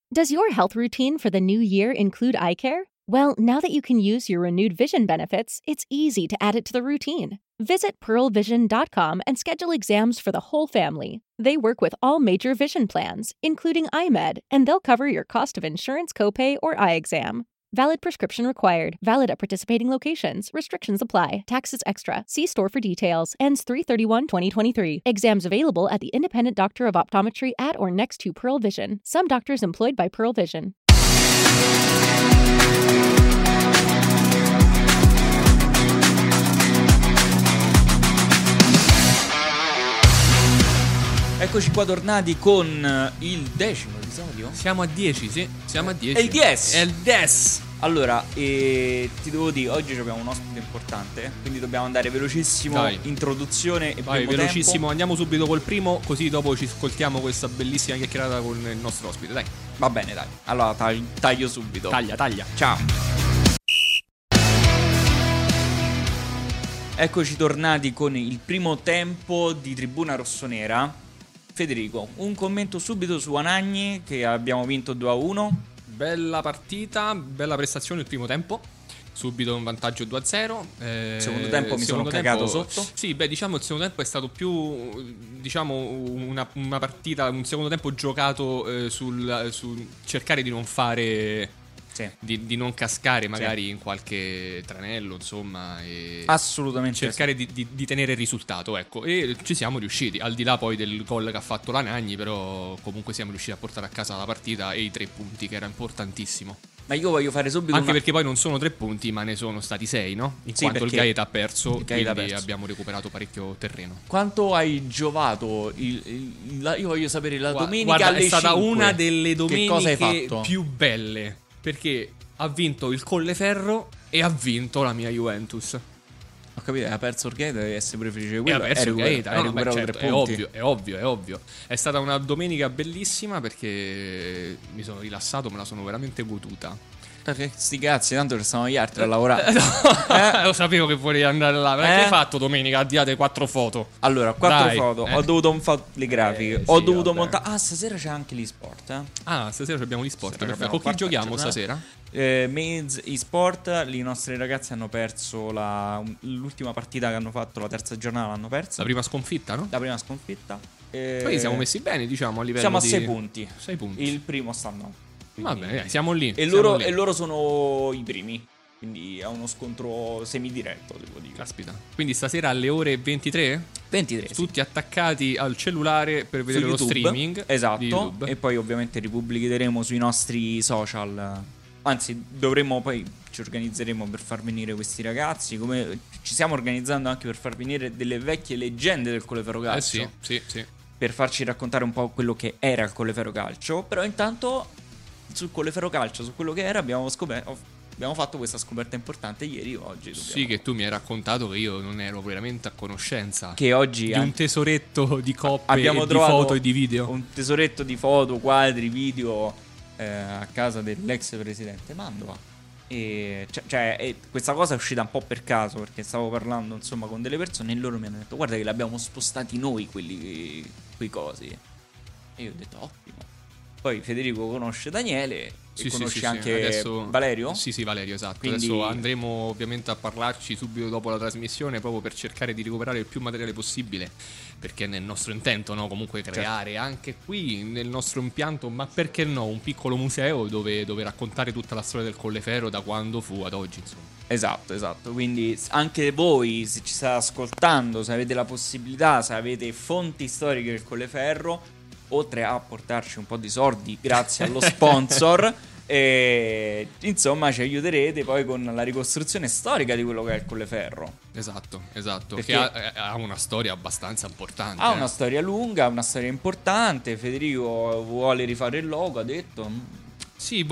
Does your health routine for the new year include eye care? Well, now that you can use your renewed vision benefits, it's easy to add it to the routine. Visit pearlvision.com and schedule exams for the whole family. They work with all major vision plans, including iMed, and they'll cover your cost of insurance copay or eye exam. Valid prescription required. Valid at participating locations. Restrictions apply. Taxes extra. See store for details. Ends 3/31/2023. Exams available at the independent doctor of optometry at or next to Pearl Vision. Some doctors employed by Pearl Vision. Eccoci qua tornati con il 10° episodio. Siamo a 10, sì, siamo a 10. È il 10. È il 10. Allora, ti devo dire, oggi abbiamo un ospite importante, quindi dobbiamo andare velocissimo. Dai. Introduzione e Vai, primo velocissimo, tempo. andiamo subito col primo, così dopo ci ascoltiamo questa bellissima chiacchierata con il nostro ospite, dai. Va bene, dai. Allora taglio subito. Taglia. Ciao. Eccoci tornati con il primo tempo di Tribuna Rossonera. Federico, un commento subito su Anagni che abbiamo vinto 2-1. Bella partita, bella prestazione il primo tempo. Subito un vantaggio 2-0. Secondo tempo mi sono cagato sotto. Sì, beh, diciamo il secondo tempo è stato più, diciamo, una partita, un secondo tempo giocato sul cercare di non fare, Sì. di non cascare magari in qualche tranello, insomma, e Assolutamente cercare di tenere il risultato, ecco, e ci siamo riusciti, al di là poi del gol che ha fatto l'Anagni, però comunque siamo riusciti a portare a casa la partita e i 3 punti, che era importantissimo. Ma io voglio fare subito Anche perché poi non sono 3 punti, ma ne sono stati 6, no? In Sì, quanto il perché Gaeta ha perso, il Gaeta ha quindi perso. abbiamo recuperato parecchio terreno. Quanto hai giovato io voglio sapere la domenica Guarda, alle è stata 5. una delle Che cosa hai domeniche fatto? più belle, perché ha vinto il Colleferro e ha vinto la mia Juventus. Ho capito, ha perso il Gaeta e se preferisce E quello ha perso il Gaeta, hai no, beh, recuperato certo, 3 è punti. ovvio. È stata una domenica bellissima perché mi sono rilassato, me la sono veramente goduta. Perché sti cazzi, tanto ci stanno gli altri a lavorare. Lo sapevo che volevi andare là. Ma che hai fatto domenica? Addiate 4 foto. Allora, 4 Dai, foto. Ho dovuto fare le grafiche. Ho sì, dovuto vabbè. montare. Ah, stasera c'è anche l'e-sport. Ah, stasera abbiamo gli sport. Stasera Perfetto. abbiamo Con chi quarta giochiamo giornata. stasera? Maze e-sport. I nostri ragazzi hanno perso l'ultima partita che hanno fatto, la terza giornata l'hanno persa. La prima sconfitta, no? La prima sconfitta. Poi siamo messi bene, diciamo, a livello Siamo a di 6 punti. 6 punti. Il primo sta no. Va bene, siamo lì. E siamo loro, lì. e loro sono i primi. Quindi è uno scontro semidiretto, devo dire. Caspita. Quindi stasera alle ore 23? 23. sì. Tutti attaccati al cellulare per Su vedere lo YouTube. streaming. Esatto. di YouTube. E poi ovviamente ripubblicheremo sui nostri social. Anzi, ci organizzeremo per far venire questi ragazzi. Come ci stiamo organizzando anche per far venire delle vecchie leggende del Colleferro Calcio. Sì. Per farci raccontare un po' quello che era il Colleferro Calcio. Però intanto sul Colleferro Calcio, su quello che era, abbiamo fatto questa scoperta importante ieri o oggi. Sì, che tu mi hai raccontato che io non ero veramente a conoscenza Che oggi di un tesoretto di coppe abbiamo e di trovato foto e di video. un tesoretto di foto, quadri, video a casa dell'ex presidente Mantova. E questa cosa è uscita un po' per caso, perché stavo parlando insomma con delle persone e loro mi hanno detto: guarda che l'abbiamo spostati noi quei cosi. E io ho detto ottimo. Poi Federico conosce Daniele e conosci anche Adesso, Valerio? Sì, Valerio, esatto. Quindi Adesso andremo ovviamente a parlarci subito dopo la trasmissione, proprio per cercare di recuperare il più materiale possibile, perché è nel nostro intento, no? Comunque creare anche qui nel nostro impianto, ma perché no, un piccolo museo dove raccontare tutta la storia del Colleferro da quando fu ad oggi, insomma. Esatto. Quindi anche voi, se ci state ascoltando, se avete la possibilità, se avete fonti storiche del Colleferro, oltre a portarci un po' di soldi grazie allo sponsor, insomma ci aiuterete poi con la ricostruzione storica di quello che è il Colleferro. Esatto, Perché che ha una storia abbastanza importante. Ha una storia lunga, una storia importante. Federico vuole rifare il logo, ha detto. Sì,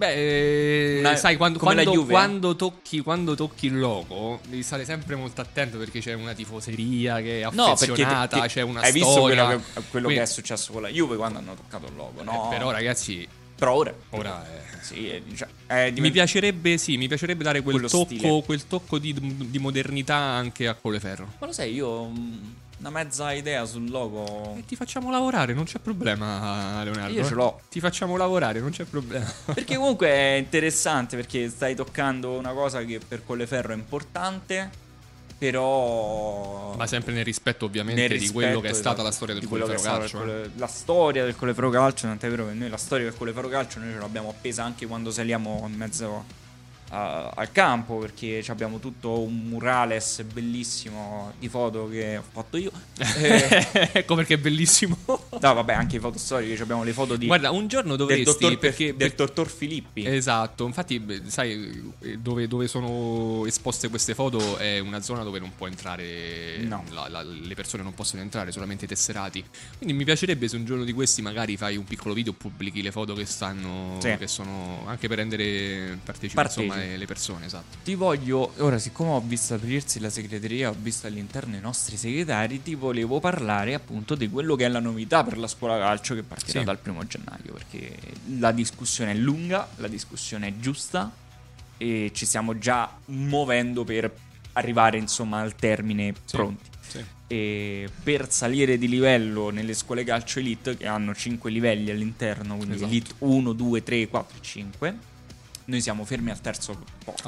sai, come la Juve. quando tocchi il logo devi stare sempre molto attento, perché c'è una tifoseria che è affezionata, perché c'è una hai storia. visto quello che è successo con la Juve quando hanno toccato il logo, no? Però ragazzi, Però ora è... Sì, mi piacerebbe dare quel quello stile. tocco di modernità anche a Colleferro. Ma lo sai, io una mezza idea sul logo. E ti facciamo lavorare, non c'è problema, Leonardo. Io ce l'ho. Ti facciamo lavorare, non c'è problema. Perché comunque è interessante, perché stai toccando una cosa che per Colleferro è importante, però... Ma sempre nel rispetto ovviamente di quello che è stata la storia del Colleferro Calcio. La storia del Colleferro Calcio, tant'è vero che noi la storia del Colleferro Calcio noi ce l'abbiamo appesa anche quando saliamo in mezzo al campo, perché abbiamo tutto un murales bellissimo di foto che ho fatto io. Ecco perché è bellissimo. No, vabbè, anche i foto storiche, abbiamo le foto di... Guarda, un giorno dovresti... del dottor Filippi. Esatto, infatti, sai, dove sono esposte queste foto è una zona dove non può entrare, no. Le persone non possono entrare, solamente i tesserati. Quindi mi piacerebbe se un giorno di questi magari fai un piccolo video, pubblichi le foto che stanno, sì, che sono, anche per rendere partecipi. Insomma, le persone, esatto. Ti voglio, ora siccome ho visto aprirsi la segreteria, ho visto all'interno i nostri segretari, ti volevo parlare appunto di quello che è la novità per la scuola calcio che partirà dal 1 gennaio, perché la discussione è lunga, la discussione è giusta e ci stiamo già muovendo per arrivare insomma al termine pronti. Sì. E per salire di livello nelle scuole calcio elite, che hanno 5 livelli all'interno, quindi elite 1, 2, 3, 4 e 5, noi siamo fermi al terzo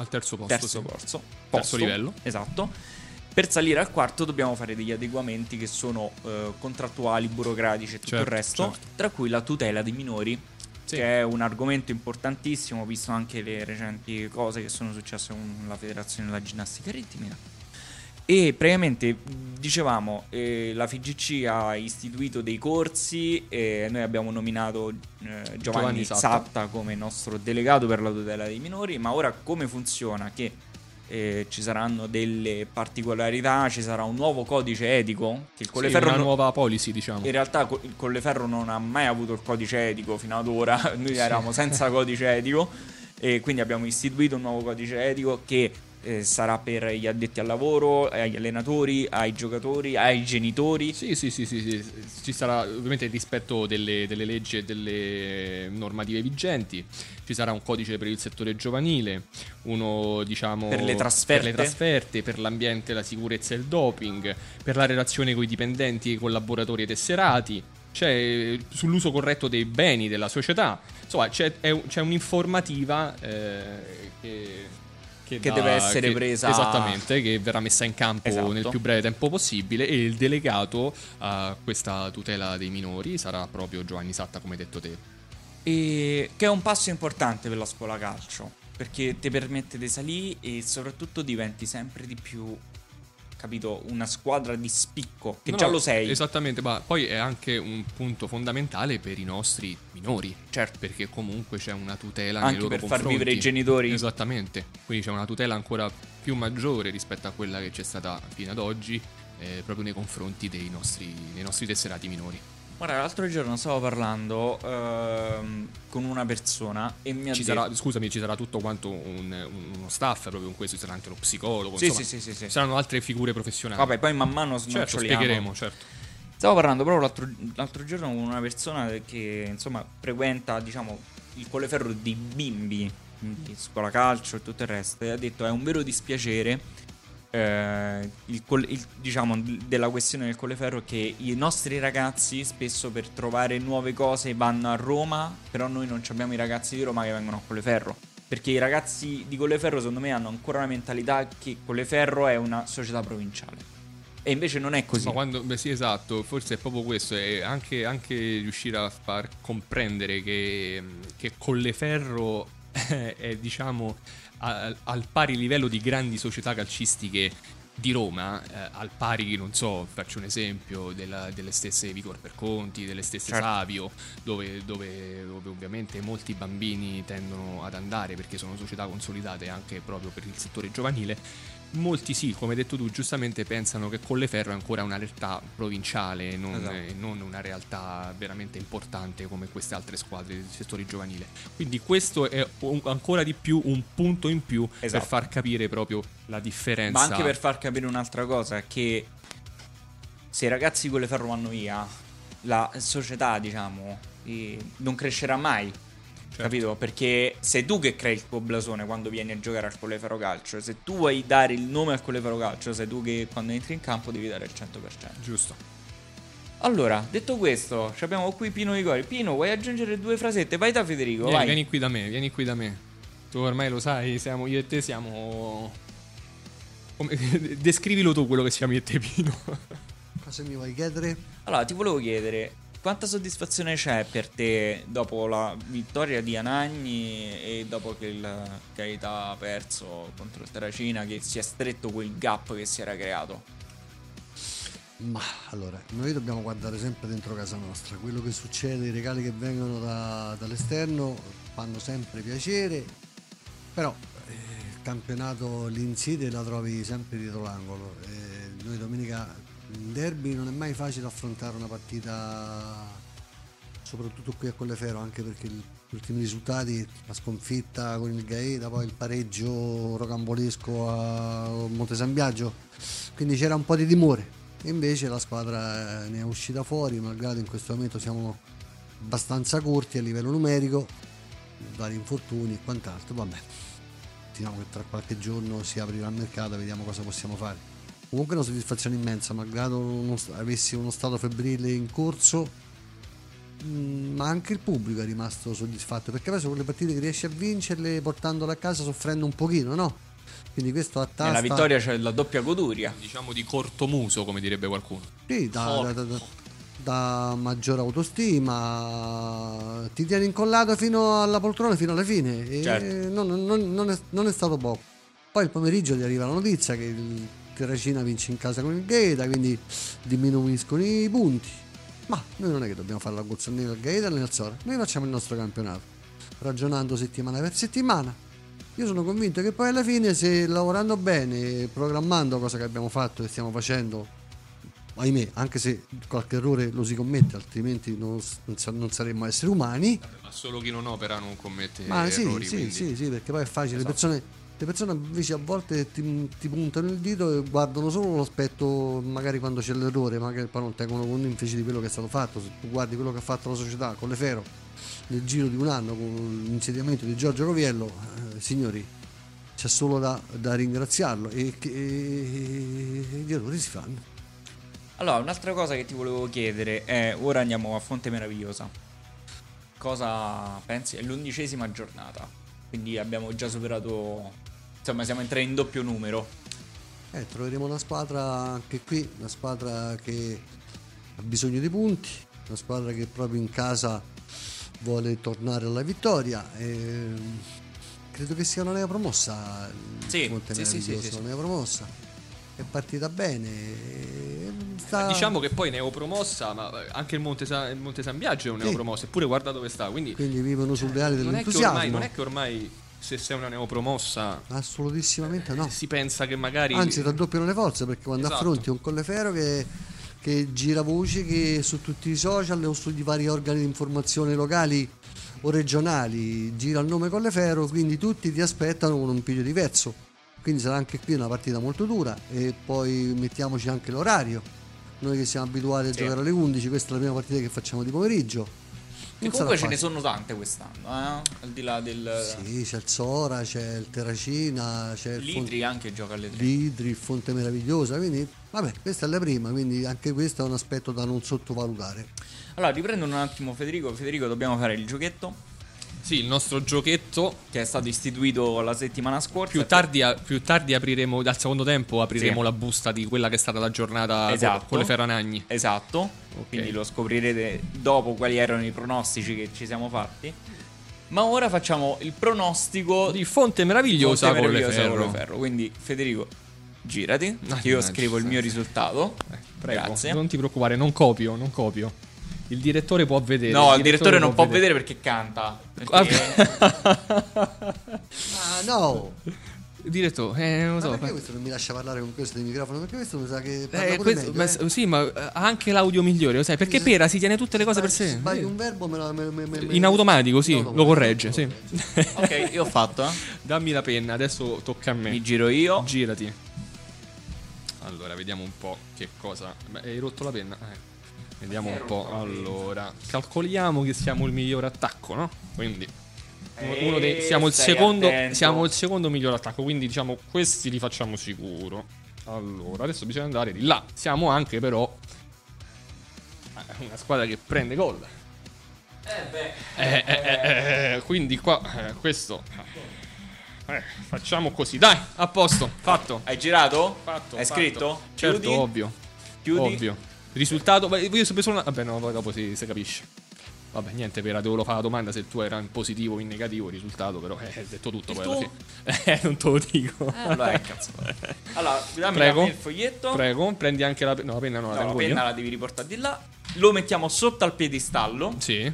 livello. Esatto. Per salire al quarto dobbiamo fare degli adeguamenti che sono contrattuali, burocratici e tutto il resto, tra cui la tutela dei minori, che è un argomento importantissimo, visto anche le recenti cose che sono successe con la Federazione della Ginnastica Ritmica. E praticamente, dicevamo, la FIGC ha istituito dei corsi e noi abbiamo nominato Giovanni Satta come nostro delegato per la tutela dei minori. Ma ora come funziona? Che ci saranno delle particolarità, ci sarà un nuovo codice etico, che il Colleferro una nuova policy, diciamo. In realtà il Colleferro non ha mai avuto il codice etico fino ad ora, noi eravamo senza codice etico e quindi abbiamo istituito un nuovo codice etico che sarà per gli addetti al lavoro, agli allenatori, ai giocatori, ai genitori. Sì. Ci sarà ovviamente il rispetto delle leggi e delle normative vigenti. Ci sarà un codice per il settore giovanile, uno diciamo per le trasferte, per l'ambiente, la sicurezza e il doping, per la relazione con i dipendenti, i collaboratori e tesserati. C'è sull'uso corretto dei beni della società. Insomma, c'è un'informativa che deve essere presa, esattamente, che verrà messa in campo nel più breve tempo possibile, e il delegato a questa tutela dei minori sarà proprio Giovanni Satta, come hai detto te, e che è un passo importante per la scuola calcio, perché ti permette di salire e soprattutto diventi sempre di più, capito, una squadra di spicco, che lo sei. Esattamente, ma poi è anche un punto fondamentale per i nostri minori. Certo. Perché comunque c'è una tutela anche nei loro per confronti. far vivere i genitori. Esattamente, quindi c'è una tutela ancora più maggiore rispetto a quella che c'è stata fino ad oggi, proprio nei confronti dei nostri tesserati minori. Guarda, l'altro giorno stavo parlando con una persona e mi ha detto... Scusami, ci sarà tutto quanto uno staff proprio con questo, ci sarà anche lo psicologo, sì. Saranno altre figure professionali. Vabbè, poi man mano spiegheremo, certo. Stavo parlando proprio l'altro giorno con una persona che insomma frequenta, diciamo, il Colleferro dei bimbi, di scuola calcio e tutto il resto, e ha detto è un vero dispiacere diciamo della questione del Colleferro, che i nostri ragazzi spesso per trovare nuove cose vanno a Roma, però noi non abbiamo i ragazzi di Roma che vengono a Colleferro, perché i ragazzi di Colleferro secondo me hanno ancora la mentalità che Colleferro è una società provinciale, e invece non è così. Ma sì, esatto, forse è proprio questo, è anche riuscire a far comprendere che Colleferro è, diciamo, al pari livello di grandi società calcistiche di Roma, al pari, non so, faccio un esempio delle stesse Vigor Perconti, delle stesse Savio, dove ovviamente molti bambini tendono ad andare perché sono società consolidate anche proprio per il settore giovanile. Molti sì, come hai detto tu, giustamente pensano che Colleferro è ancora una realtà provinciale, non una realtà veramente importante come queste altre squadre del settore giovanile. Quindi questo è ancora di più un punto in più per far capire proprio la differenza. Ma anche per far capire un'altra cosa, che se i ragazzi di Colleferro vanno via, la società, diciamo, non crescerà mai. capito? Perché sei tu che crei il tuo blasone quando vieni a giocare al Colleferro Calcio. Se tu vuoi dare il nome al Colleferro Calcio, sei tu che quando entri in campo devi dare il 100%. Giusto. Allora, detto questo, abbiamo qui Pino Igori. Pino, vuoi aggiungere 2 frasette? Vai da Federico, vai. Vieni qui da me. Tu ormai lo sai, io e te siamo... Descrivilo tu quello che siamo io e te, Pino. Cosa mi vuoi chiedere? Allora, ti volevo chiedere, quanta soddisfazione c'è per te dopo la vittoria di Anagni e dopo che il Gaeta ha perso contro il Terracina, che si è stretto quel gap che si era creato? Ma allora, noi dobbiamo guardare sempre dentro casa nostra. Quello che succede, i regali che vengono dall'esterno fanno sempre piacere, però il campionato l'inside la trovi sempre dietro l'angolo. Noi domenica in derby non è mai facile affrontare una partita, soprattutto qui a Colleferro, anche perché gli ultimi risultati, la sconfitta con il Gaeta, poi il pareggio rocambolesco a Monte San Biagio, quindi c'era un po' di timore. Invece la squadra ne è uscita fuori, malgrado in questo momento siamo abbastanza corti a livello numerico, vari infortuni e quant'altro. Vabbè, diciamo che tra qualche giorno si aprirà il mercato, vediamo cosa possiamo fare. Comunque è una soddisfazione immensa, malgrado avessi uno stato febbrile in corso, ma anche il pubblico è rimasto soddisfatto, perché poi sono quelle partite che riesci a vincerle portandole a casa soffrendo un pochino, no? Quindi questo attesta... Nella vittoria c'è la doppia goduria. Diciamo di cortomuso, come direbbe qualcuno. Sì, da maggiore autostima, ti tieni incollato fino alla poltrona, fino alla fine, e certo. non è stato poco. Poi il pomeriggio ti arriva la notizia che il Terracina vince in casa con il Gaeta, quindi diminuiscono i punti. Ma noi non è che dobbiamo fare la corsa né al Gaeta né al Sora, noi facciamo il nostro campionato, ragionando settimana per settimana. Io sono convinto che poi alla fine, se lavorando bene, programmando, cosa che abbiamo fatto e stiamo facendo, ahimè, anche se qualche errore lo si commette, altrimenti non saremmo esseri umani. Ma solo chi non opera non commette errori. sì, Perché poi è facile. Esatto. Le persone invece a volte ti puntano il dito e guardano solo l'aspetto, magari quando c'è l'errore, magari poi non tengono conto invece di quello che è stato fatto. Se tu guardi quello che ha fatto la società con Colleferro nel giro di un anno, con l'insediamento di Giorgio Coviello, signori, c'è solo da ringraziarlo, e gli errori si fanno. Allora, un'altra cosa che ti volevo chiedere è, ora andiamo a Fonte Meravigliosa. Cosa pensi? È l'11ª giornata, quindi abbiamo già superato, insomma siamo entrati in doppio numero. Troveremo una squadra anche qui, una squadra che ha bisogno di punti, una squadra che proprio in casa vuole tornare alla vittoria. Credo che sia una neopromossa. Sì, Monte Meraviglioso, una neopromossa. È partita bene. Diciamo che poi neopromossa, ma anche il Monte San Biagio è un neopromossa, eppure guarda dove sta. Quindi vivono sulle ali dell'entusiasmo. Non è che ormai se sei una neopromossa, assolutissimamente no. Si pensa che magari, anzi, raddoppiano le forze, perché quando esatto, affronti un Colleferro che gira voci, che su tutti i social o sui vari organi di informazione locali o regionali gira il nome Colleferro, quindi tutti ti aspettano con un piglio diverso. Quindi sarà anche qui una partita molto dura, e poi mettiamoci anche l'orario. Noi che siamo abituati a giocare alle 11, questa è la prima partita che facciamo di pomeriggio. E comunque ce ne sono tante quest'anno, al di là del... Sì, c'è il Sora, c'è il Terracina, c'è il Lidri anche gioca alle 3. Lidri, il Fonte Meravigliosa, quindi vabbè, questa è la prima, quindi anche questo è un aspetto da non sottovalutare. Allora, riprendo un attimo Federico, dobbiamo fare il giochetto. Sì, il nostro giochetto che è stato istituito la settimana scorsa. Più tardi apriremo, al secondo tempo apriremo la busta di quella che è stata la giornata, esatto, con le Ferranagni. Esatto, okay. Quindi lo scoprirete dopo quali erano i pronostici che ci siamo fatti. Ma ora facciamo il pronostico di Fonte Meravigliosa con le Ferro. Quindi Federico, girati, che io scrivo il mio risultato. Prego, grazie. Non ti preoccupare, non copio. Il direttore può vedere. No, il direttore non può vedere perché canta. No. Direttore, non lo so. Ma perché questo non mi lascia parlare con questo di microfono? Perché questo mi sa che parla pure meglio, Sì, ma ha anche l'audio migliore, lo sai? Perché Pera si tiene tutte le cose per sé. Sbagli un verbo in automatico, sì, lo corregge, sì. Ok, io ho fatto, Dammi la penna, adesso tocca a me. Mi giro io. Girati. Allora, vediamo un po' che cosa. Hai rotto la penna? Vediamo un po'. Allora, calcoliamo che siamo il miglior attacco, no? Quindi Siamo il stai secondo, attento. siamo il secondo miglior attacco, quindi diciamo questi li facciamo sicuro. Allora, adesso bisogna andare di là. Siamo anche però una squadra che prende gol. Quindi qua questo facciamo così. Dai, a posto, fatto. Hai girato? Fatto, Hai fatto. scritto? Certo, Chiudi? ovvio. Chiudi? Ovvio. Risultato, beh, io sempre solo vabbè, no, poi dopo si capisce. Vabbè, niente, Pera, te lo fa la domanda se tu era in positivo o in negativo il risultato, però hai detto tutto poi alla fine. Non te lo dico. Allora, cazzo. Allora, dammi Prego. il foglietto. Prego, prendi anche la penna. No, la penna no, la No, la tengo penna io. la devi riportare di là. Lo mettiamo sotto al piedistallo. Sì.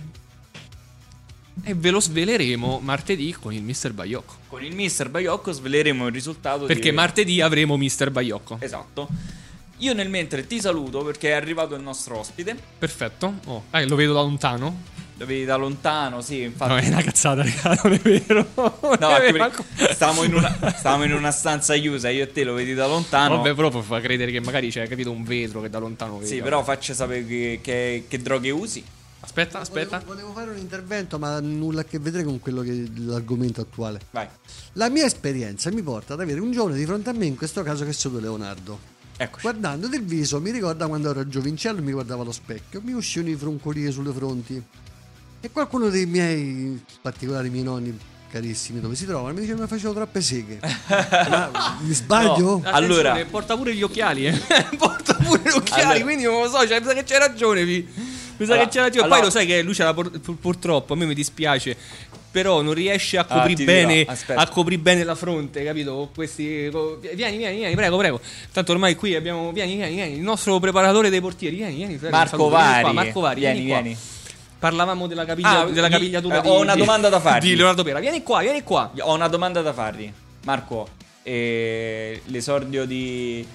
E ve lo sveleremo martedì con il Mr. Baiocco. Con il Mr. Baiocco sveleremo il risultato. Perché martedì avremo Mr. Baiocco. Esatto. Io nel mentre ti saluto perché è arrivato il nostro ospite. Perfetto. Oh, lo vedo da lontano. Lo vedi da lontano, sì, infatti. No, è una cazzata, raga, non è vero. No, anche perché stavamo in una stanza chiusa, io e te lo vedi da lontano. Vabbè, proprio fa credere che magari c'è, capito, un vetro che da lontano vedi. Sì, però faccia sapere che droghe usi. Aspetta. Volevo fare un intervento, ma nulla a che vedere con quello che è l'argomento attuale. Vai. La mia esperienza mi porta ad avere un giovane di fronte a me, in questo caso che è stato Leonardo. Eccoci. Guardando del viso, mi ricorda quando ero giovincello e mi guardavo allo specchio, mi uscivano i froncolie sulle fronti. E qualcuno dei miei, in particolare i miei nonni carissimi, dove si trovano, mi diceva che facevo troppe seghe. Ma mi sbaglio? No. Allora- Attenzione, porta pure gli occhiali, porta pure gli occhiali, Allora- quindi non lo so, cioè, mi sa che c'hai ragione, mi sa Allora- che c'è ragione. allora- Poi lo sai che lui c'ha purtroppo, a me mi dispiace, però non riesce a Ah, coprire ti bene, dirò, aspetta. a coprire bene la fronte, capito? Con questi vieni, prego. Tanto ormai qui abbiamo vieni, il nostro preparatore dei portieri, vieni, prego, Marco saluto, vieni qua, Vari. Marco Vari, Vieni, qua. vieni. Parlavamo della capigliatura ho una domanda da farti. di Leonardo Pera. Vieni qua. Ho una domanda da fargli. Marco, l'esordio di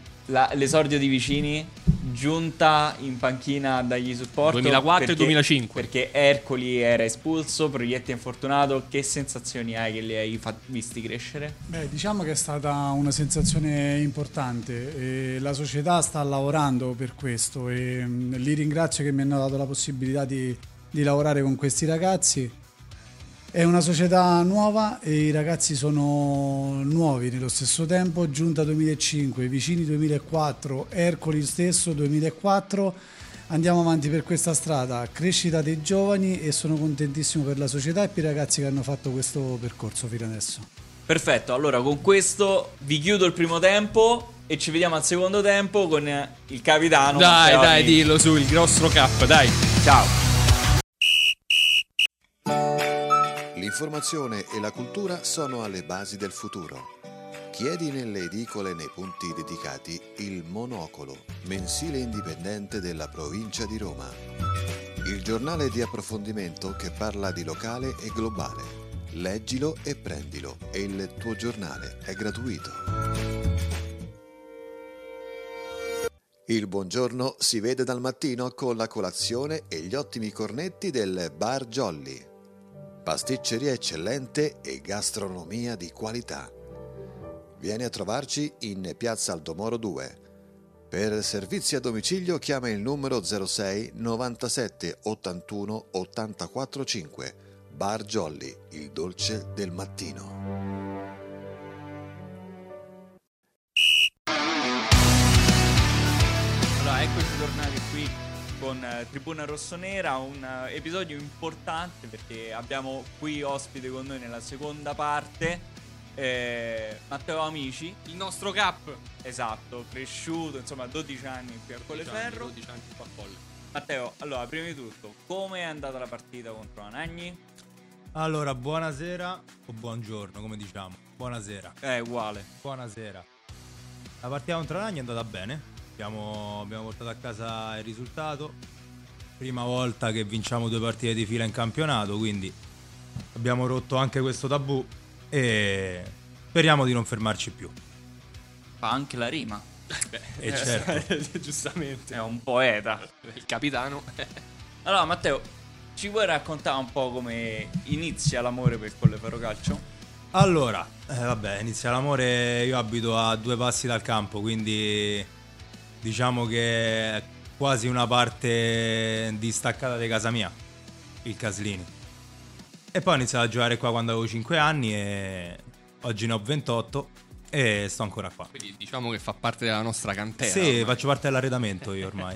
Vicini, giunta in panchina dagli supporto 2004 e 2005. perché Ercoli era espulso, Proietti è infortunato. Che sensazioni hai che li hai visti crescere? Beh, diciamo che è stata una sensazione importante e la società sta lavorando per questo e li ringrazio che mi hanno dato la possibilità di lavorare con questi ragazzi. È una società nuova e i ragazzi sono nuovi nello stesso tempo. Giunta 2005, Vicini 2004, Ercoli stesso 2004. Andiamo avanti per questa strada, crescita dei giovani, e sono contentissimo per la società e per i ragazzi che hanno fatto questo percorso fino adesso. Perfetto, allora con questo vi chiudo il primo tempo e ci vediamo al secondo tempo con il capitano. Dai, Matteoni. dillo su, il nostro cap, dai. Ciao. L'informazione e la cultura sono alle basi del futuro. Chiedi nelle edicole nei punti dedicati il Monocolo, mensile indipendente della provincia di Roma. Il giornale di approfondimento che parla di locale e globale. Leggilo e prendilo, e il tuo giornale è gratuito. Il buongiorno si vede dal mattino con la colazione e gli ottimi cornetti del Bar Jolly. Pasticceria eccellente e gastronomia di qualità. Vieni a trovarci in Piazza Aldomoro 2. Per servizi a domicilio chiama il numero 06 97 81 84 5. Bar Jolly, il dolce del mattino. Allora, eccoci tornati qui con Tribuna Rossonera, un episodio importante perché abbiamo qui ospite con noi nella seconda parte Matteo Amici, Il nostro cap. esatto, cresciuto, insomma 12 anni qui a Colleferro. 12 anni qua a Colle. Matteo, allora, prima di tutto, come è andata la partita contro Anagni? Allora, buonasera o buongiorno, come diciamo. Buonasera. Uguale. Buonasera. La partita contro Anagni è andata bene. Abbiamo portato a casa il risultato. Prima volta che vinciamo 2 partite di fila in campionato, quindi abbiamo rotto anche questo tabù e speriamo di non fermarci più. Fa anche la rima. E certo. Giustamente. È un poeta. Il capitano. Allora, Matteo, ci vuoi raccontare un po' come inizia l'amore per il Colleferro Calcio? Allora, vabbè, inizia l'amore. Io abito a 2 passi dal campo, quindi diciamo che è quasi una parte distaccata di casa mia, il Caslini. E poi ho iniziato a giocare qua quando avevo 5 anni e oggi ne ho 28 e sto ancora qua. Quindi diciamo che fa parte della nostra cantera. Sì, ormai. faccio parte dell'arredamento io ormai.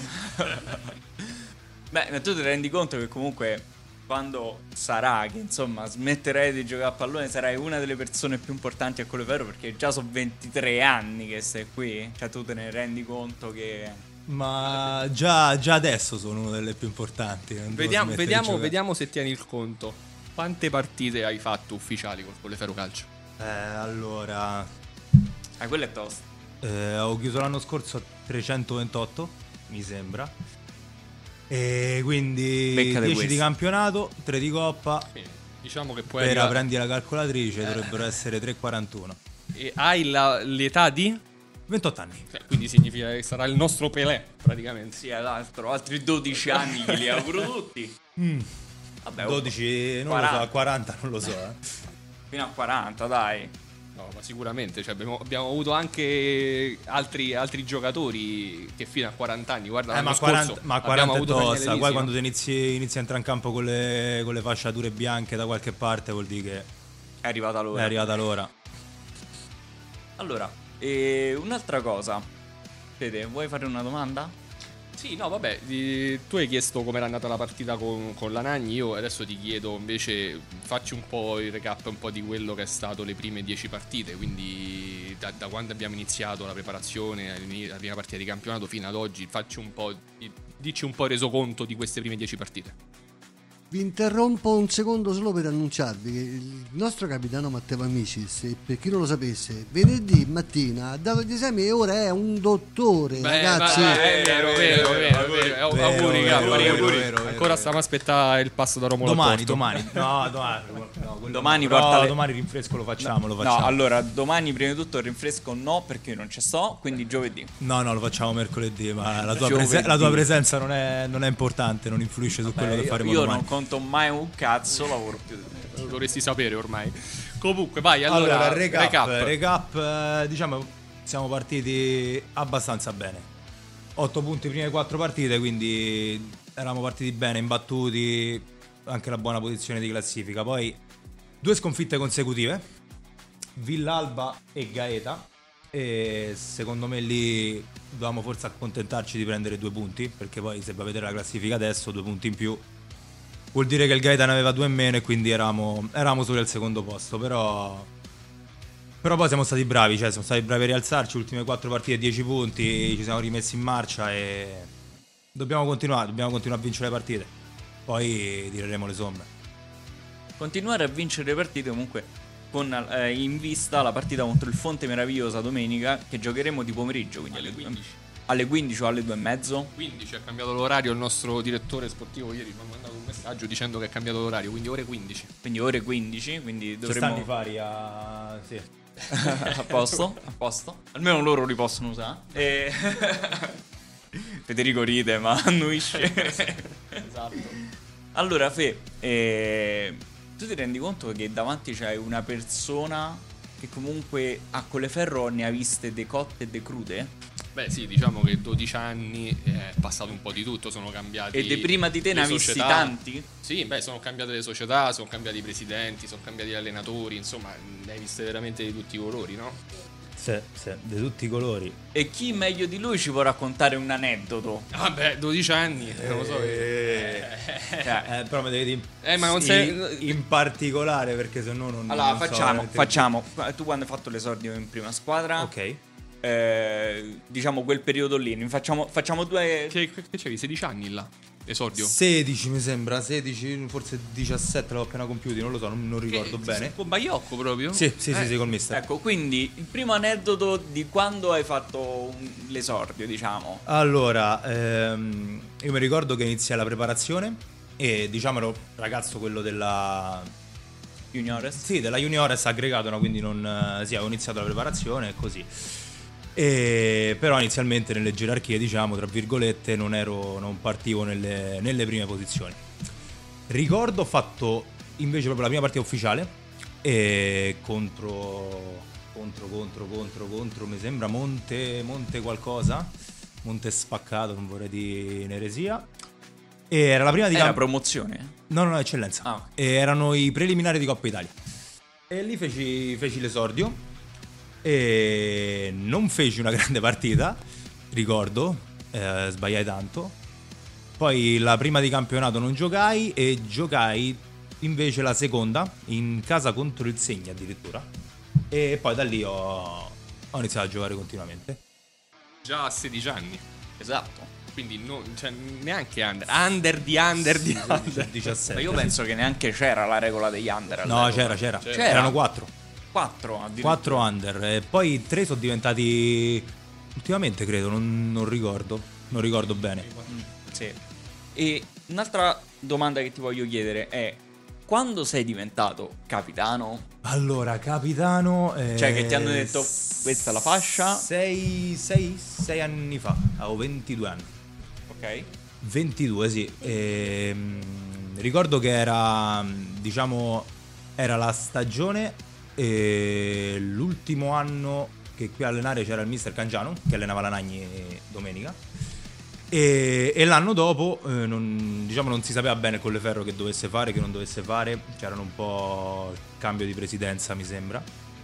Beh, ma tu ti rendi conto che comunque quando sarà che insomma smetterai di giocare a pallone sarai una delle persone più importanti a Colleferro, perché già sono 23 anni che sei qui, cioè tu te ne rendi conto che... Ma già adesso sono una delle più importanti. Non devo smettere di giocare. Vediamo se tieni il conto. Quante partite hai fatto ufficiali col Colleferro Calcio? Allora, quello è tosto. ho chiuso l'anno scorso a 328, mi sembra. E quindi Beccate 10 questi. di campionato, 3 di coppa. Quindi, diciamo che puoi Per arrivare- prendi la calcolatrice dovrebbero essere 3,41. E hai l'età di? 28 anni. Quindi significa che sarà il nostro Pelé, praticamente. Sì, altri 12 anni che li auguro tutti. Vabbè, 12, non 40. lo so, a 40 non lo so. fino a 40, dai. No, ma sicuramente, cioè, abbiamo avuto anche altri giocatori che fino a 40 anni, guarda, l'anno Ma scorso 40, ma abbiamo 40 è avuto Daniele tosta. Lisi, Poi no? quando ti inizi a entrare in campo con le fasciature bianche da qualche parte vuol dire che È arrivata l'ora. è arrivata l'ora. Allora, un'altra cosa. Fede, vuoi fare una domanda? Sì, no, vabbè, tu hai chiesto com'era andata la partita con la Nagni, io adesso ti chiedo invece, facci un po' il recap un po' di quello che è stato le prime 10 partite, quindi da quando abbiamo iniziato la preparazione, la prima partita di campionato fino ad oggi, dici un po' il resoconto di queste prime 10 partite. Vi interrompo un secondo solo per annunciarvi che il nostro capitano Matteo Amicis, e per chi non lo sapesse, venerdì mattina ha dato gli esami e ora è un dottore, ragazzi. È vero. Auguri, vero, auguri. vero. Ancora stiamo a aspettare il passo da Romolo al Domani. Porto. Domani però porta le- domani rinfresco lo facciamo. No, allora, domani prima di tutto il rinfresco no, perché io non ci sto, quindi giovedì. No, lo facciamo mercoledì, ma la tua, Giovedì. la tua presenza non è importante, non influisce su quello che faremo Io domani. non conto mai un cazzo, lavoro più di te. Lo dovresti sapere ormai. Comunque, vai, Allora, allora, recap, diciamo siamo partiti abbastanza bene. 8 punti prime 4 partite, quindi eravamo partiti bene, imbattuti, anche la buona posizione di classifica. Poi 2 sconfitte consecutive, Villalba e Gaeta, e secondo me lì dovevamo forse accontentarci di prendere 2 punti, perché poi se va a vedere la classifica adesso 2 punti in più vuol dire che il Gaeta ne aveva 2 in meno e quindi eravamo solo al secondo posto. Però poi siamo stati bravi, a rialzarci. Ultime 4 partite 10 punti, ci siamo rimessi in marcia e dobbiamo continuare a vincere le partite, poi tireremo le somme. Continuare a vincere le partite comunque con in vista la partita contro il Fonte Meravigliosa domenica, che giocheremo di pomeriggio, quindi alle 15. Alle 15 o alle 2:30. 15 ha cambiato l'orario, il nostro direttore sportivo ieri mi ha mandato un messaggio dicendo che ha cambiato l'orario, quindi ore 15. Quindi ore 15, quindi dovremmo... Stanno i fari a... sì. a posto. Almeno loro li possono usare. Federico ride, ma annuisce. Esatto. Allora, tu ti rendi conto che davanti c'hai una persona che comunque a Colleferro ne ha viste de cotte e de crude? Beh sì, diciamo che 12 anni è passato un po' di tutto, sono cambiati. E de prima di te ne le ha visti società. tanti? Sì, beh, sono cambiate le società, sono cambiati i presidenti, sono cambiati gli allenatori, insomma, ne hai viste veramente di tutti i colori, no? Sì, di tutti i colori. E chi meglio di lui ci può raccontare un aneddoto? Vabbè, 12 anni, non lo so. Però mi devi dire Ma non sei... in particolare, perché se no non... Allora, non so facciamo. Tu quando hai fatto l'esordio in prima squadra, Ok. diciamo quel periodo lì, facciamo 2... Che c'avevi? 16 anni là, esordio? 16 mi sembra, 16, forse 17 l'avevo appena compiuti, non lo so, non ricordo bene. Con Baiocco proprio? Sì, col mister. Ecco, quindi il primo aneddoto di quando hai fatto l'esordio, diciamo. Allora, io mi ricordo che iniziai la preparazione e diciamo ero ragazzo quello della... Juniores? Sì, della Juniores aggregato, no? Quindi non... sì, avevo iniziato la preparazione e così. Però inizialmente nelle gerarchie, diciamo, tra virgolette, non partivo nelle prime posizioni. Ricordo ho fatto invece proprio la prima partita ufficiale e contro mi sembra Monte qualcosa, Monte Spaccato, non vorrei dire in eresia. E era la prima di Era promozione? No, eccellenza. Ah. E erano i preliminari di Coppa Italia. E lì feci l'esordio. E non feci una grande partita, ricordo, sbagliai tanto. Poi la prima di campionato non giocai e giocai invece la seconda in casa contro il Segna addirittura. E poi da lì ho iniziato a giocare continuamente. Già a 16 anni. Esatto. Quindi cioè, neanche under di under. 17. Ma io penso che neanche c'era la regola degli under. No, all'epoca. c'era. C'era. Erano 4. 4 addirittura. 4 under. E poi 3 sono diventati ultimamente, credo, non ricordo. Non ricordo bene. Sì. E un'altra domanda che ti voglio chiedere è: quando sei diventato capitano? Allora, capitano. Cioè, che ti hanno detto questa è la fascia? 6 anni fa. Avevo 22 anni. Ok. 22, sì. Ricordo che era, diciamo, era la stagione e l'ultimo anno che qui a allenare c'era il mister Cangiano, che allenava la Nagni domenica. E l'anno dopo non si sapeva bene con Colleferro che dovesse fare, che non dovesse fare. C'erano un po' cambio di presidenza, mi sembra.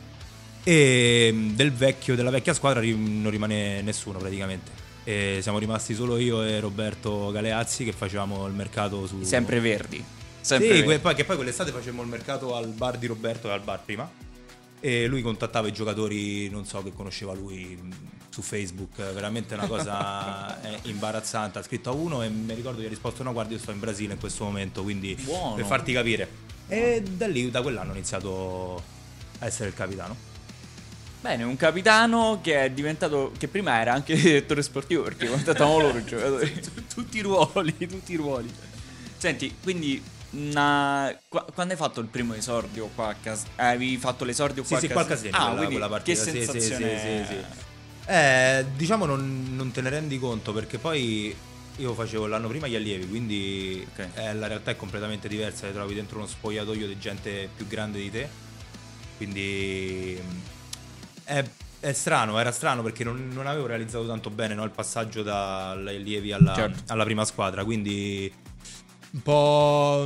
E della vecchia squadra non rimane nessuno praticamente. E siamo rimasti solo io e Roberto Galeazzi che facevamo il mercato su... Sempre verdi. Sì, che poi quell'estate facevamo il mercato al bar di Roberto e al bar prima. E lui contattava i giocatori, non so, che conosceva lui su Facebook. Veramente una cosa imbarazzante. Ha scritto a uno e mi ricordo che ha risposto: no, guarda, io sto in Brasile in questo momento, quindi Buono. per farti capire. E da quell'anno ho iniziato a essere il capitano. Bene, un capitano che è diventato, che prima era anche direttore sportivo, perché contattavamo loro i giocatori. Tutti i ruoli. Senti, quindi quando hai fatto il primo esordio qua a casa? Avevi fatto l'esordio qua Sì, qua al Casino, quindi quella partita. che sensazione? Sì. Diciamo non te ne rendi conto, perché poi io facevo l'anno prima gli allievi, quindi Ok. la realtà è completamente diversa. Ti trovi dentro uno spogliatoio di gente più grande di te, quindi è strano, era strano perché non avevo realizzato tanto bene, no, il passaggio dagli allievi Certo. alla prima squadra, quindi un po'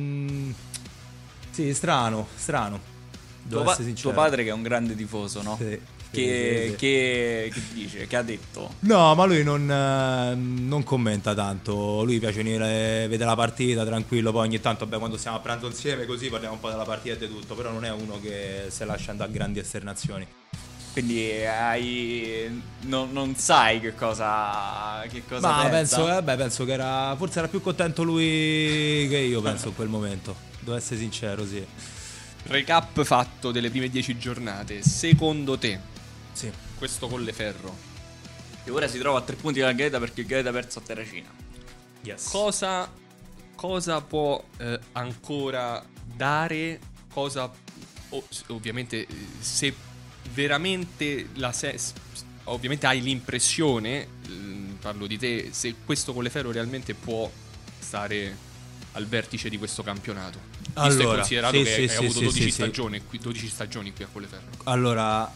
sì, strano. Devo essere sincero. Tuo padre che è un grande tifoso, no? Sì, Che sì. che dice? Che ha detto? No, ma lui non commenta tanto. Lui piace venire, vede la partita tranquillo. Poi ogni tanto, quando stiamo a pranzo insieme, così parliamo un po' della partita e di tutto. Però non è uno che se lascia andare a grandi esternazioni. Quindi non sai che cosa Ma pensa. penso che forse era più contento lui che io, penso, in quel momento. Devo essere sincero, sì. Recap fatto delle prime 10 giornate. Secondo te, Sì. questo Colleferro E ora si trova a 3 punti dalla Gaeta perché il Gaeta ha perso a Terracina. Yes. cosa può ancora dare? Ovviamente, se veramente ovviamente hai l'impressione, parlo di te, se questo Colleferro realmente può stare al vertice di questo campionato, visto e Allora, considerato sì, che sì, hai sì, avuto sì, 12 sì. stagioni qui a Colleferro. Allora,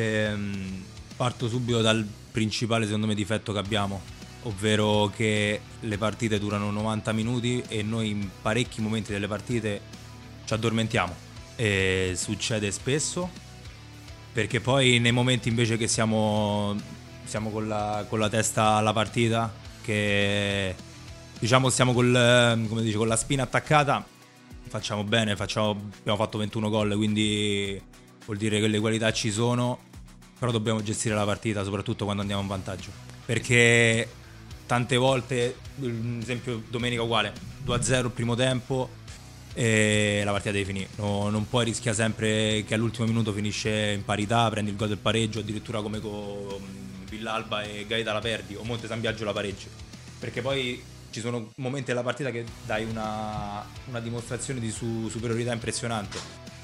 parto subito dal principale, secondo me, difetto che abbiamo, ovvero che le partite durano 90 minuti e noi in parecchi momenti delle partite ci addormentiamo. E succede spesso, perché poi nei momenti invece che siamo con la testa alla partita, che diciamo stiamo con la spina attaccata, facciamo bene, abbiamo fatto 21 gol, quindi vuol dire che le qualità ci sono, però dobbiamo gestire la partita, soprattutto quando andiamo in vantaggio, perché tante volte, ad esempio domenica uguale, 2-0 il primo tempo e la partita deve finire. Non puoi rischiare sempre che all'ultimo minuto finisce in parità, prendi il gol del pareggio, addirittura come con Villalba e Gaeta la perdi, o Monte San Biagio la pareggi, perché poi ci sono momenti della partita che dai una dimostrazione di superiorità impressionante,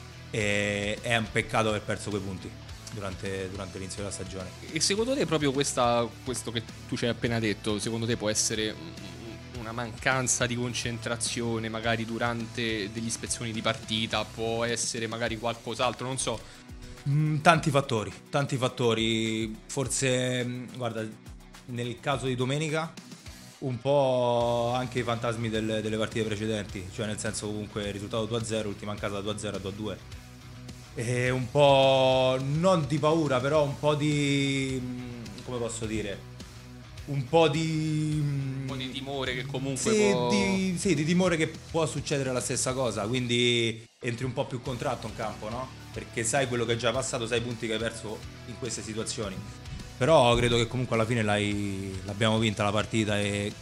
e è un peccato aver perso quei punti durante l'inizio della stagione. E secondo te proprio questo che tu ci hai appena detto, secondo te può essere una mancanza di concentrazione magari durante degli ispezioni di partita, può essere magari qualcos'altro, non so? Tanti fattori. Forse, guarda, nel caso di domenica un po' anche i fantasmi delle partite precedenti, cioè nel senso comunque il risultato 2-0, ultima in casa 2-0 a 2-2. E un po' non di paura, però un po' di, come posso dire, un po' di timore che comunque di timore che può succedere la stessa cosa, quindi entri un po' più contratto in campo, no? Perché sai quello che è già passato, sai i punti che hai perso in queste situazioni. Però credo che comunque alla fine l'abbiamo vinta la partita e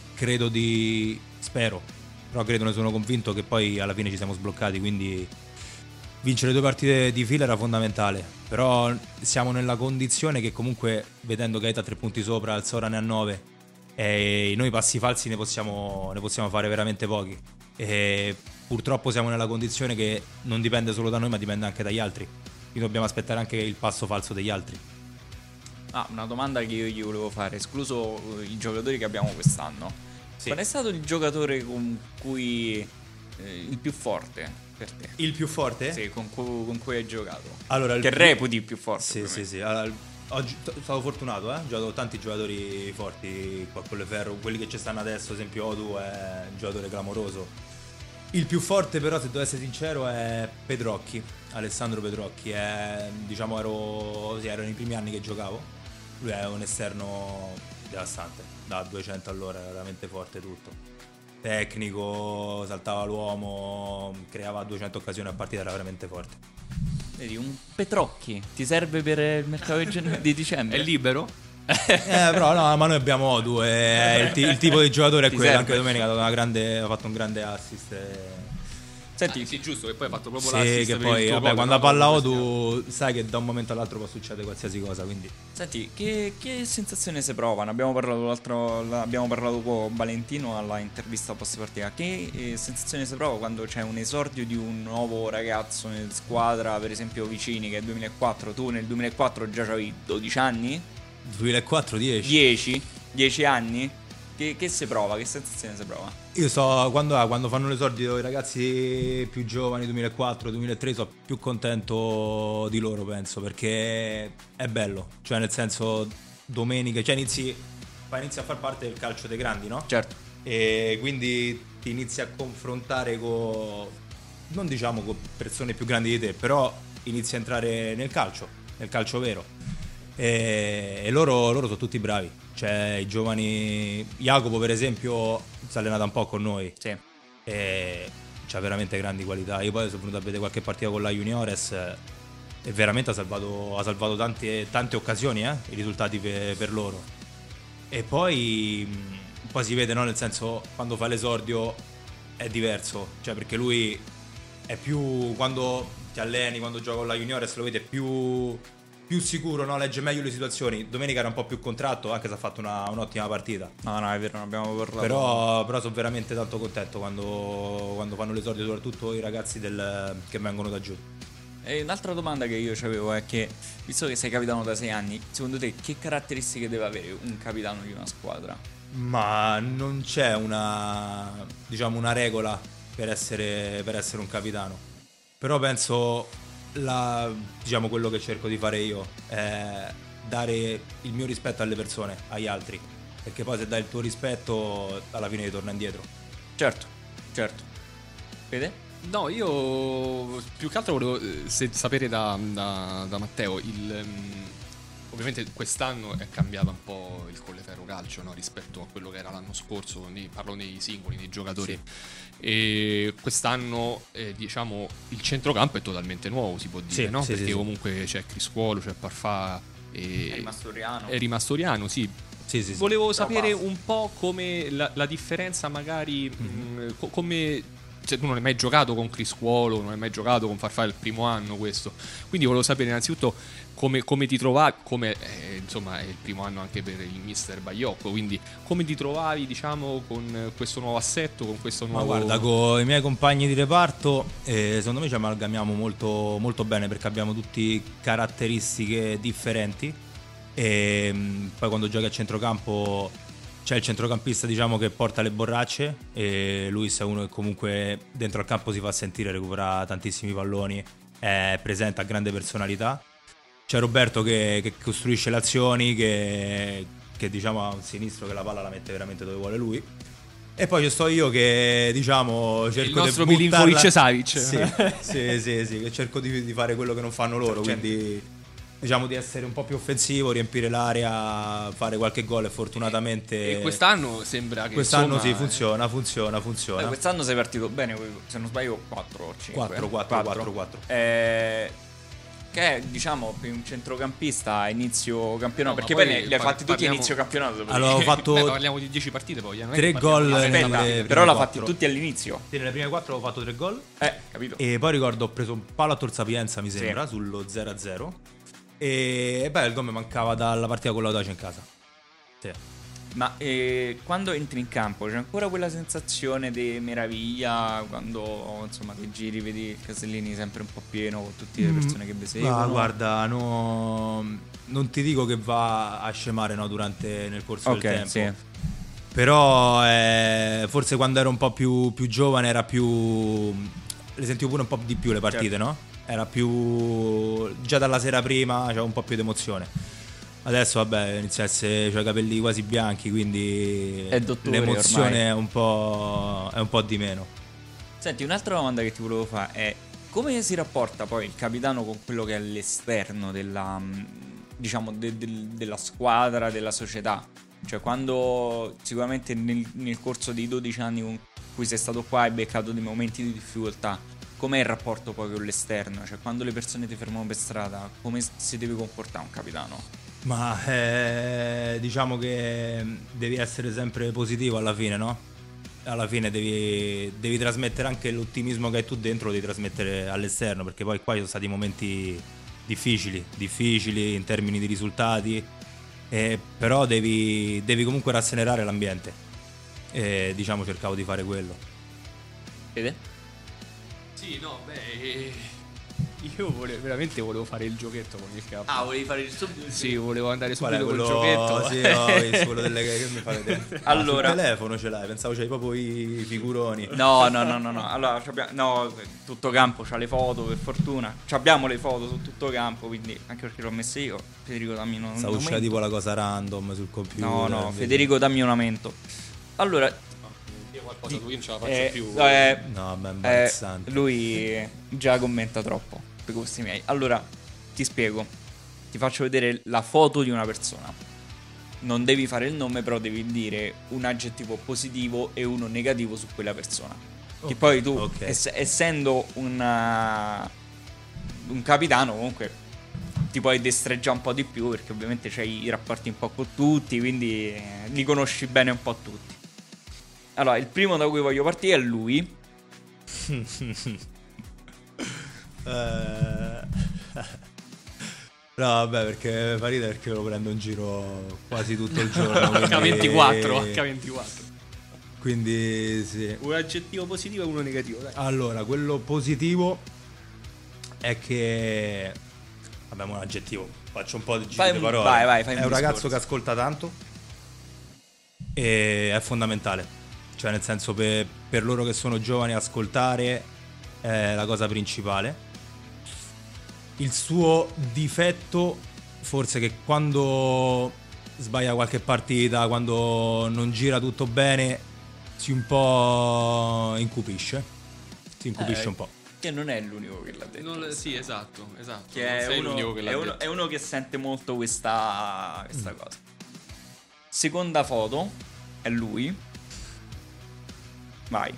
spero, però credo, ne sono convinto che poi alla fine ci siamo sbloccati, quindi vincere 2 partite di fila era fondamentale. Però siamo nella condizione che comunque, vedendo Gaeta a 3 punti sopra, il Sora ne ha 9, e noi passi falsi ne possiamo fare veramente pochi, e purtroppo siamo nella condizione che non dipende solo da noi ma dipende anche dagli altri, quindi dobbiamo aspettare anche il passo falso degli altri. Una domanda che io gli volevo fare, escluso i giocatori che abbiamo quest'anno, Sì. qual è stato il giocatore con cui il più forte per te? Il più forte? Sì, con cui hai giocato. Allora, Che reputi il più forte? Sì, per me. sì. Allora, oggi sono stato fortunato, ho giocato con tanti giocatori forti qua con le Ferro, quelli che ci stanno adesso, ad esempio Odu è un giocatore clamoroso. Il più forte però, se devo essere sincero, è Pedrocchi, Alessandro Pedrocchi. Diciamo erano i primi anni che giocavo. Lui è un esterno devastante, da 200 all'ora, era veramente forte tutto. Tecnico, saltava l'uomo, creava 200 occasioni a partita, era veramente forte. Vedi, un Petrocchi ti serve per il mercato di dicembre? è libero. Però no, ma noi abbiamo Odu, il tipo di giocatore è Ti quello. serve. Anche domenica ha fatto un grande assist. Senti, Sì, giusto, che poi ha fatto proprio Sì, l'assist che per poi il tuo vabbè, gol, quando no? ha palla Come Odu sai che da un momento all'altro può succedere qualsiasi cosa, quindi Senti, che sensazione si prova? Ne abbiamo parlato con Valentino alla intervista post partita. Che sensazione si prova quando c'è un esordio di un nuovo ragazzo in squadra, per esempio Vicini, che è 2004, tu nel 2004 già avevi 12 anni? 2004-10. 10 anni? Che si prova? Che sensazione si prova? Io so quando fanno l'esordio i ragazzi più giovani, 2004-2003, sono più contento di loro, penso, perché è bello, cioè nel senso domenica, cioè inizi a far parte del calcio dei grandi, no? Certo. E quindi ti inizi a confrontare non diciamo con persone più grandi di te, però inizi a entrare nel calcio vero. E loro sono tutti bravi, cioè i giovani. Jacopo per esempio si è allenato un po' con noi, Sì. e c'ha veramente grandi qualità. Io poi sono venuto a vedere qualche partita con la Juniores e veramente ha salvato tante occasioni, i risultati per loro. E poi si vede, no? Nel senso, quando fa l'esordio è diverso, cioè perché lui è più, quando ti alleni, quando gioca con la Juniores lo vede più sicuro, no? Legge meglio le situazioni. Domenica era un po' più contratto, anche se ha fatto un'ottima partita. No, è vero, non abbiamo parlato. Però sono veramente tanto contento quando fanno l'esordio, soprattutto i ragazzi che vengono da giù. E un'altra domanda che io avevo è che, visto che sei capitano da 6 anni, secondo te che caratteristiche deve avere un capitano di una squadra? Ma non c'è una regola per essere un capitano. Però penso quello che cerco di fare io è dare il mio rispetto alle persone, agli altri, perché poi se dai il tuo rispetto alla fine ritorna indietro. Certo. Vede? No, io più che altro volevo sapere da Matteo, ovviamente quest'anno è cambiato un po' il Colleferro Calcio, no? Rispetto a quello che era l'anno scorso, parlo nei singoli, nei giocatori. Sì. E quest'anno diciamo il centrocampo è totalmente nuovo, si può dire, Sì, no? sì, Perché sì, comunque c'è Criscuolo, c'è Parfà, È rimasto Oriano. È rimasto Oriano, sì. Sì. Volevo sapere basta. un po' come la differenza magari come, cioè, tu non hai mai giocato con Criscuolo, non hai mai giocato con Farfà, il primo anno questo, quindi volevo sapere innanzitutto come ti trovavi, insomma è il primo anno anche per il mister Baiocco, quindi come ti trovavi, diciamo, con questo nuovo assetto, con questo nuovo... Ma guarda, con i miei compagni di reparto secondo me ci amalgamiamo molto, molto bene, perché abbiamo tutti caratteristiche differenti. E poi quando giochi a centrocampo c'è il centrocampista, diciamo, che porta le borracce, e Luis è uno che comunque dentro al campo si fa sentire, recupera tantissimi palloni, è presente, ha grande personalità. C'è Roberto che costruisce le azioni, che che diciamo ha un sinistro che la palla la mette veramente dove vuole lui. E poi ci sto io che diciamo cerco il nostro di buttarla. Milinkovic-Savic. Sì, che cerco di fare quello che non fanno loro, quindi diciamo di essere un po' più offensivo, riempire l'area, fare qualche gol e fortunatamente E quest'anno sembra che quest'anno insomma, funziona. Quest'anno sei partito bene, se non sbaglio 4 o 5. 4. Che è, diciamo, per un centrocampista a inizio campionato, No, perché ma poi poi li hai fatti tutti a parliamo- inizio campionato. Allora ho fatto Beh, parliamo di 10 partite poi. Non è 3 che parliamo- gol Aspetta, nelle però prime l'ha fatti 4. tutti all'inizio. Sì, nelle prime 4 ho fatto 3 gol. Capito? E poi ricordo ho preso un palo a Tor Sapienza, mi sembra, sullo 0-0. E beh, il gol mi mancava dalla partita con l'Audace in casa. Sì. Ma quando entri in campo c'è ancora quella sensazione di meraviglia quando insomma ti giri, vedi il Casellini sempre un po' pieno con tutte le persone che vi seguono? Ma guarda, non ti dico che va a scemare nel corso del tempo. Sì. Però forse quando ero un po' più giovane era più... le sentivo pure un po' di più le partite, Certo. no? Era più... già dalla sera prima c'era un po' più di emozione. Adesso vabbè inizia a essere, c'ho i capelli quasi bianchi, quindi È dottore l'emozione ormai. è un po' di meno. Senti, un'altra domanda che ti volevo fare è: come si rapporta poi il capitano con quello che è all'esterno della, diciamo, della squadra, della società? Cioè, quando sicuramente nel corso dei 12 anni con cui sei stato qua hai beccato dei momenti di difficoltà, com'è il rapporto poi con l'esterno? Cioè, quando le persone ti fermano per strada, come si deve comportare un capitano? Ma diciamo che devi essere sempre positivo alla fine, no? Alla fine devi trasmettere anche l'ottimismo che hai tu dentro, lo devi trasmettere all'esterno, perché poi qua ci sono stati momenti difficili in termini di risultati, però devi comunque rasserenare l'ambiente. E diciamo cercavo di fare quello. Vede? Sì, no, beh, io veramente volevo fare il giochetto con il capo. volevi fare il subito? Sì, volevo andare Qual è subito col quello? giochetto. Sì, ho visto quello delle che mi fate vedere. Allora, sul telefono ce l'hai, pensavo c'hai proprio i figuroni. No. Allora, tutto campo c'ha le foto, per fortuna. Abbiamo le foto su tutto campo, quindi anche perché l'ho messa io. Federico, dammi un Stavo uscendo aumento. tipo la cosa random sul computer. No, invece. Federico, dammi un aumento. Allora, Io qualcosa io non ce la faccio più. No, ma è imbarazzante. lui già commenta troppo per gusti miei. Allora, ti spiego. Ti faccio vedere la foto di una persona. Non devi fare il nome, però devi dire un aggettivo positivo e uno negativo su quella persona. Che poi tu, essendo un capitano, comunque ti puoi destreggiare un po' di più, perché ovviamente c'hai i rapporti un po' con tutti, quindi li conosci bene un po' tutti. Allora, il primo da cui voglio partire è lui. No, vabbè, perché fa ridere perché lo prendo in giro quasi tutto il giorno. H24. Quindi sì. Un aggettivo positivo e uno negativo, dai. Allora, quello positivo è che abbiamo un aggettivo. Faccio un po' di giro di parole. Vai, fai un È un ragazzo discorso. che ascolta tanto e è fondamentale. Cioè, nel senso, per loro che sono giovani, ascoltare è la cosa principale. Il suo difetto, forse, che quando sbaglia qualche partita, quando non gira tutto bene, si un po' incupisce. Si incupisce un po'. Che non è l'unico che l'ha detto. Sì, esatto. Che Non è sei uno, l'unico che l'ha detto. è uno che sente molto questa cosa. Seconda foto è lui. Vai.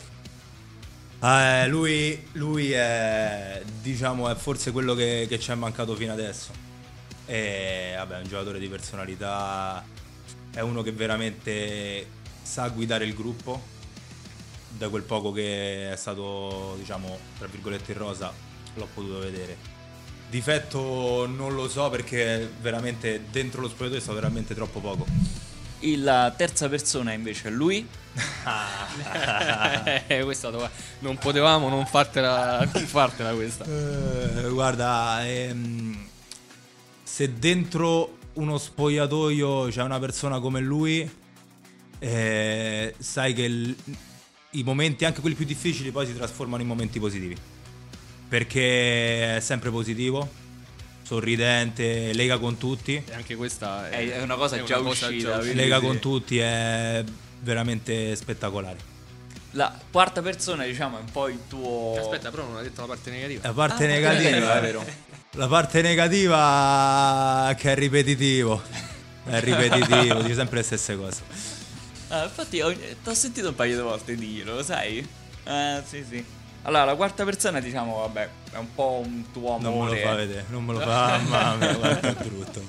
Lui è, diciamo, è forse quello che ci è mancato fino adesso. E vabbè, è un giocatore di personalità, è uno che veramente sa guidare il gruppo. Da quel poco che è stato, diciamo, tra virgolette in rosa, l'ho potuto vedere. Difetto non lo so, perché veramente dentro lo spogliatoio è stato veramente troppo poco. La terza persona invece è lui. Questa non potevamo non fartela questa. Guarda, se dentro uno spogliatoio c'è una persona come lui, sai che i momenti, anche quelli più difficili, poi si trasformano in momenti positivi, perché è sempre positivo, sorridente, lega con tutti. E anche questa È una cosa già uscita, quindi Lega sì. con tutti, è veramente spettacolare. La quarta persona, diciamo, è un po' il tuo... Aspetta, però non ha detto la parte negativa. La parte negativa, negativa, è vero. La parte negativa che è ripetitivo. È ripetitivo, dice sempre le stesse cose. Infatti ti ho sentito un paio di volte dirlo, lo sai? Sì. Allora, la quarta persona, diciamo, vabbè, è un po' un tuo amore. Non me lo fa vedere, non me lo fa, mamma mia, guarda, è brutto.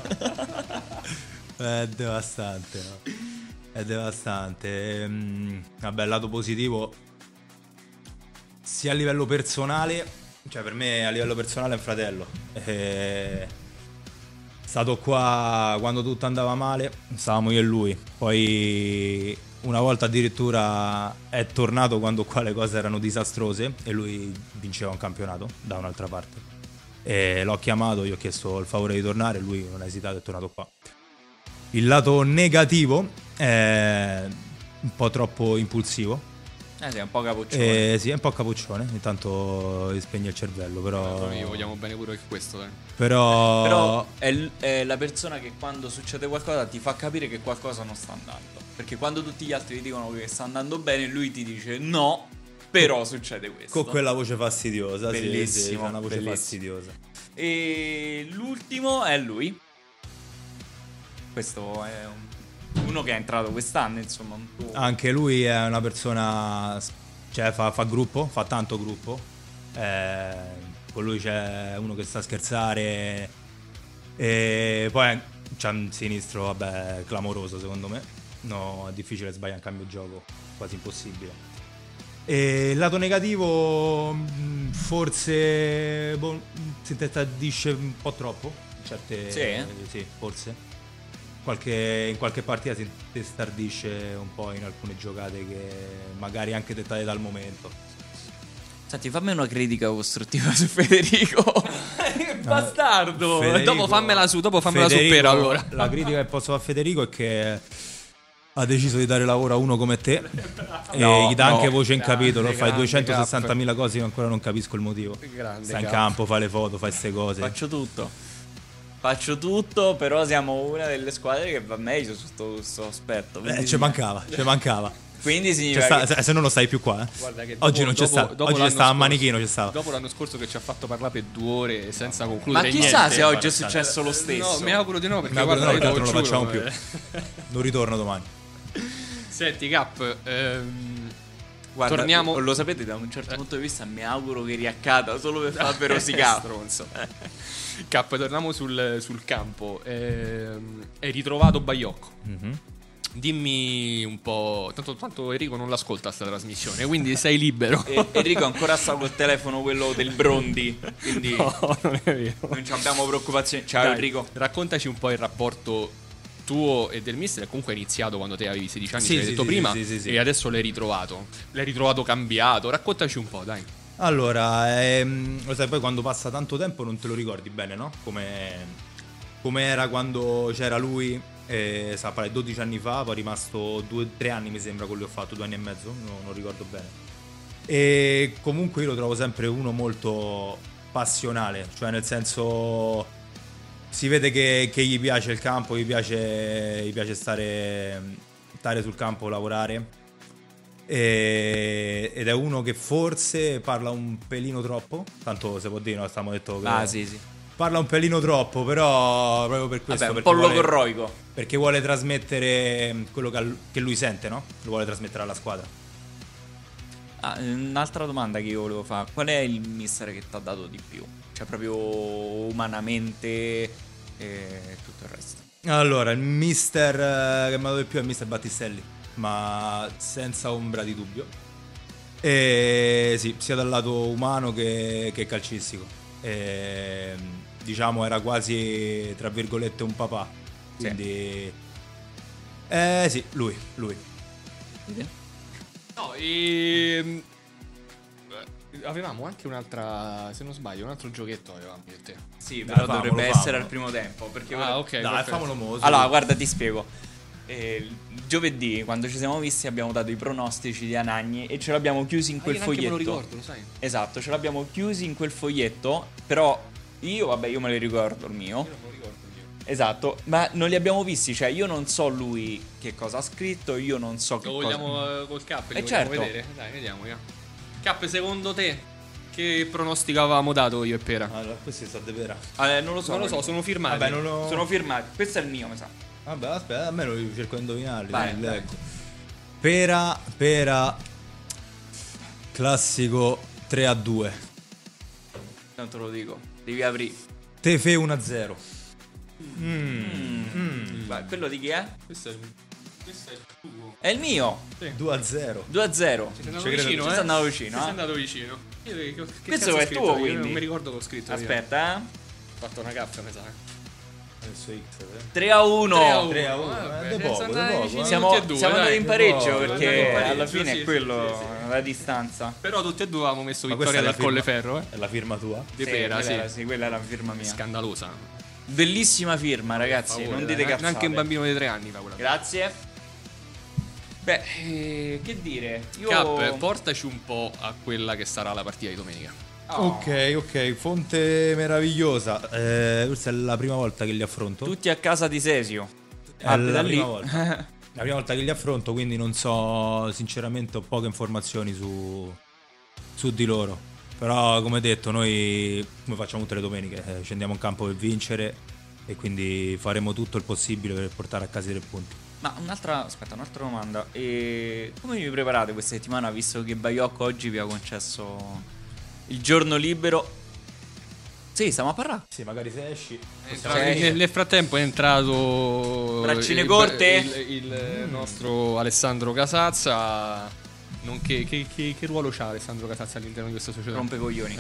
È devastante, no? È devastante. Vabbè, il lato positivo, sia a livello personale, cioè per me a livello personale è un fratello. È stato qua quando tutto andava male, stavamo io e lui. Poi una volta addirittura è tornato quando qua le cose erano disastrose e lui vinceva un campionato da un'altra parte. E l'ho chiamato, gli ho chiesto il favore di tornare, lui non ha esitato, è tornato qua. Il lato negativo è un po' troppo impulsivo. Sì, è un po' capoccione. Sì, è un po' capoccione, intanto spegne il cervello, però... Noi vogliamo bene pure questo, dai. Però è la persona che quando succede qualcosa ti fa capire che qualcosa non sta andando. Perché quando tutti gli altri ti dicono che sta andando bene, lui ti dice no, però succede questo. con quella voce fastidiosa, Bellissimo, sì, fa una voce bellissimo. fastidiosa. E l'ultimo è lui. Questo è uno che è entrato quest'anno, insomma, un po'. Anche lui è una persona, cioè fa gruppo, fa tanto gruppo. Con lui c'è uno che sta a scherzare. E poi c'è un sinistro, vabbè, clamoroso secondo me. No, è difficile sbagliare un cambio gioco, quasi impossibile. E il lato negativo, forse si intestardisce un po' troppo. Certe, sì, forse. In qualche partita si intestardisce un po' in alcune giocate che magari anche dettate dal momento. Senti, fammi una critica costruttiva su Federico. Che bastardo. Federico, Dopo fammela su Federico, Pero, allora. La critica che posso fare a Federico è che ha deciso di dare lavoro a uno come te e gli dà anche voce in capitolo. Fai 260.000 cose, io ancora non capisco il motivo. Sta in campo, fa le foto, fa queste cose. Faccio tutto, però siamo una delle squadre che va meglio su questo aspetto. Ci mancava. Quindi significa che... se no non stai più qua. Guarda che Oggi non c'è stato. Oggi c'è stato a Manichino, c'è stato. Dopo l'anno scorso che ci ha fatto parlare per 2 ore senza concludere Ma niente. chissà se oggi è successo lo stesso. No, mi auguro di no, perché Ma guarda, no, io te non lo giuro, facciamo più. Non ritorno domani. Senti, Cap, Guarda, torniamo. lo sapete, da un certo punto di vista mi auguro che riaccada solo per far rosicare. Stronzo. Cap, torniamo sul campo. Hai ritrovato Baiocco. Dimmi un po'. Tanto Enrico non l'ascolta sta trasmissione, quindi sei libero. Enrico ancora sta col telefono, quello del Brondi. Quindi no, non è vero. non ci abbiamo preoccupazioni. Ciao, Dai, Enrico. Raccontaci un po' il rapporto tuo e del mister. Comunque è iniziato quando te avevi 16 anni, Sì, l'hai sì, detto sì, prima, sì. e adesso l'hai ritrovato cambiato. Raccontaci un po', dai. Allora, lo sai, poi quando passa tanto tempo non te lo ricordi bene, no? Come era quando c'era lui, sa, 12 anni fa, poi è rimasto 2-3 anni mi sembra, quello che ho fatto, 2 anni e mezzo, non ricordo bene. E comunque io lo trovo sempre uno molto passionale, cioè nel senso si vede che gli piace il campo, gli piace stare sul campo, lavorare. Ed è uno che forse parla un pelino troppo, tanto se può dire, no, stiamo detto che Sì. parla un pelino troppo, però proprio per questo, Vabbè, un perché po' logorroico. perché vuole trasmettere quello che lui sente, no? Lo vuole trasmettere alla squadra. Un'altra domanda che io volevo fare: qual è il mister che ti ha dato di più? Cioè proprio umanamente e tutto il resto. Allora, il mister che mi ha dato di più è il mister Battistelli, ma senza ombra di dubbio. E sì, sia dal lato umano che calcistico. Diciamo era quasi, tra virgolette, un papà. Quindi sì, lui. No, avevamo anche un'altra, se non sbaglio, un altro giochetto avevamo io e te. Sì, Dai, però famolo, dovrebbe famolo. essere al primo tempo. Perché Ok, Dai, perfetto. famolo mozo. Allora, guarda, ti spiego. Giovedì, quando ci siamo visti, abbiamo dato i pronostici di Anagni e ce l'abbiamo chiusi in quel io neanche foglietto. me lo ricordo, lo sai. Esatto, ce l'abbiamo chiusi in quel foglietto, però Io me li ricordo il mio. Esatto, ma non li abbiamo visti, cioè io non so lui che cosa ha scritto, io non so che Lo cosa... vogliamo col Cap, li vogliamo certo. vedere? Dai, vediamo. Cap, secondo te, che pronostico avevamo dato io e Pera? Allora, questi sono De Pera. Non lo so. Non lo so, sono firmati. Vabbè, non lo... Sono firmati. Questo è il mio, mi sa. Vabbè, aspetta, a me lo cerco di indovinarli. Vai, li vai. leggo. Pera, classico 3-2. Non te lo dico. Devi aprire. Tefe 1-0. Vai, quello di chi è? Questo è il tuo. È il mio. 2-0. 2-0. Sei andato vicino, Ci sei andato vicino, Sei eh? andato vicino. Che Questo cazzo ho è scritto tuo, io? quindi? Non mi ricordo che ho scritto. Aspetta, Ho fatto una gaffa, mi sa. Adesso X. 3-1. 3-1. De poco, Siamo de andati poco. vicini Siamo tutti e due, andati dai. in pareggio No, perché andiamo in pareggio, alla fine sì, è quello sì. la distanza. Però tutti e due avevamo messo Ma vittoria questa è del la Colleferro, È la firma tua? De Pera, quella sì. quella è la firma mia. Scandalosa. Bellissima firma, ragazzi. Favore, Non dai, dite cazzate. neanche un bambino di 3 anni fa quella. Grazie. Beh, che dire? Io... Cap, portaci un po' a quella che sarà la partita di domenica. Oh, Ok, fonte meravigliosa. Questa è la prima volta che li affronto. Tutti a casa di Sesio. È da la lì. prima volta. La prima volta che li affronto, quindi non so, sinceramente ho poche informazioni su di loro. Però come detto, noi come facciamo tutte le domeniche, scendiamo in campo per vincere e quindi faremo tutto il possibile per portare a casa i 3 punti. Ma un'altra domanda. Come vi preparate questa settimana, visto che Baiocco oggi vi ha concesso il giorno libero? Sì, stiamo a parlare. Sì, magari se esci. Nel frattempo è entrato Braccine corte? il nostro Alessandro Casazza. Nonché che ruolo c'ha Alessandro Casazza all'interno di questa società? Rompe coglioni.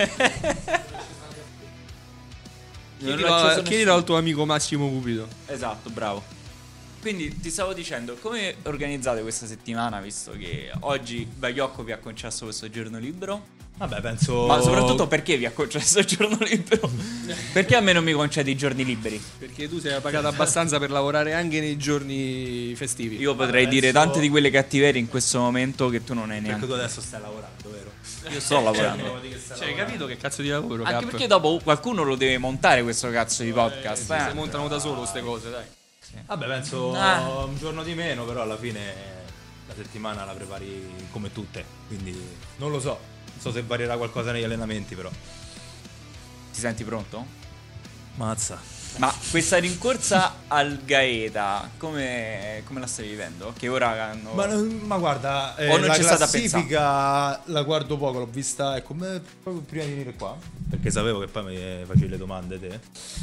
Chiedilo al tuo amico Massimo Cupido. Esatto, bravo. Quindi ti stavo dicendo, come organizzate questa settimana, visto che oggi Baiocco vi ha concesso questo giorno libero? Vabbè, penso. Ma soprattutto perché vi ha concesso il giorno libero? Perché a me non mi concedi i giorni liberi? Perché tu sei pagato abbastanza per lavorare anche nei giorni festivi. Io potrei dire tante di quelle cattiverie in questo momento che tu non hai Perché neanche. tu adesso stai lavorando, vero? Io sto lavorando. Cioè, hai capito che cazzo di lavoro? Anche Cap? perché dopo qualcuno lo deve montare questo cazzo di podcast. Si montano da solo queste cose, dai. Vabbè, penso Ah. un giorno di meno, però alla fine la settimana la prepari come tutte. Quindi non lo so. Non so se varierà qualcosa negli allenamenti, però. Ti senti pronto? Mazza. Ma questa rincorsa al Gaeta, come la stai vivendo? Che ora hanno... Ma guarda, O non la c'è stata classifica la guardo poco, l'ho vista proprio prima di venire qua. Perché sapevo che poi mi facevi le domande te.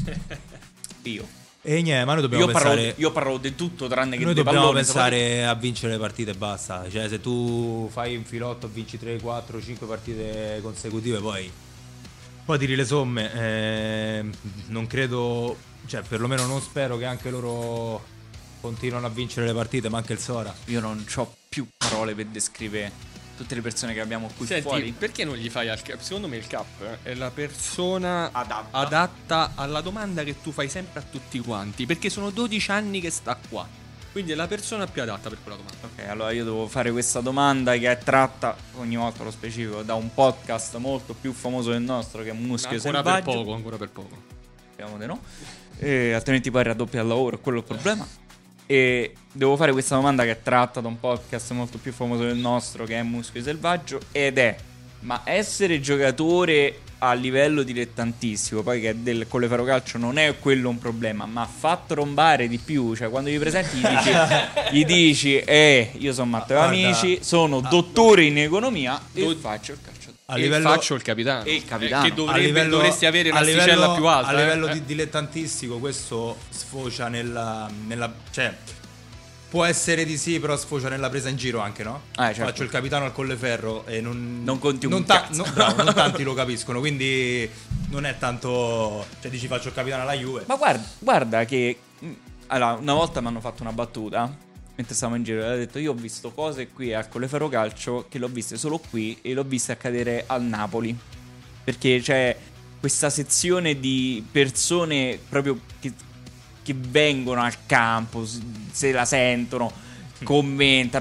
Io. E niente, ma noi dobbiamo pensare. Io parlo di tutto tranne che Noi dei dobbiamo palloni, pensare a vincere le partite e basta. Cioè, se tu fai un filotto, vinci 3, 4, 5 partite consecutive, poi tiri le somme. Non credo, cioè, perlomeno non spero che anche loro continuino a vincere le partite, ma anche il Sora. Io non ho più parole per descrivere tutte le persone che abbiamo qui Senti, fuori. perché non gli fai al cap? Secondo me il cap è la persona Adatta. adatta alla domanda che tu fai sempre a tutti quanti. Perché sono 12 anni che sta qua. Quindi è la persona più adatta per quella domanda. Ok, allora io devo fare questa domanda che è tratta, ogni volta lo specifico, da un podcast molto più famoso del nostro, che è Muschio Ancora Selvaggio. per poco, ancora per poco. Speriamo di no. Altrimenti poi raddoppia il lavoro, quello è il problema. E devo fare questa domanda che è tratta da un podcast molto più famoso del nostro, che è Muschio Selvaggio, ed è: ma essere giocatore a livello dilettantistico, poi che del Colleferro Calcio non è quello un problema, ma fa trombare di più, cioè quando gli presenti gli dici io sono Matteo Guarda, Amici, sono dottore in economia e faccio il calcio. A E livello- faccio il capitano. E il capitano. Che dovresti avere un'asticella più alta. A livello eh? di dilettantistico questo sfocia nella cioè può essere di sì, però sfocia nella presa in giro anche, no? Certo. Faccio il capitano al Colleferro e non conti un non cazzo. bravo, non tanti lo capiscono, quindi non è tanto, cioè dici faccio il capitano alla Juve. Ma guarda che allora, una volta mi hanno fatto una battuta mentre stavamo in giro e ho detto: io ho visto cose qui al Colleferro Calcio che l'ho viste solo qui e l'ho viste accadere al Napoli, perché c'è questa sezione di persone proprio che vengono al campo, se la sentono, commentano.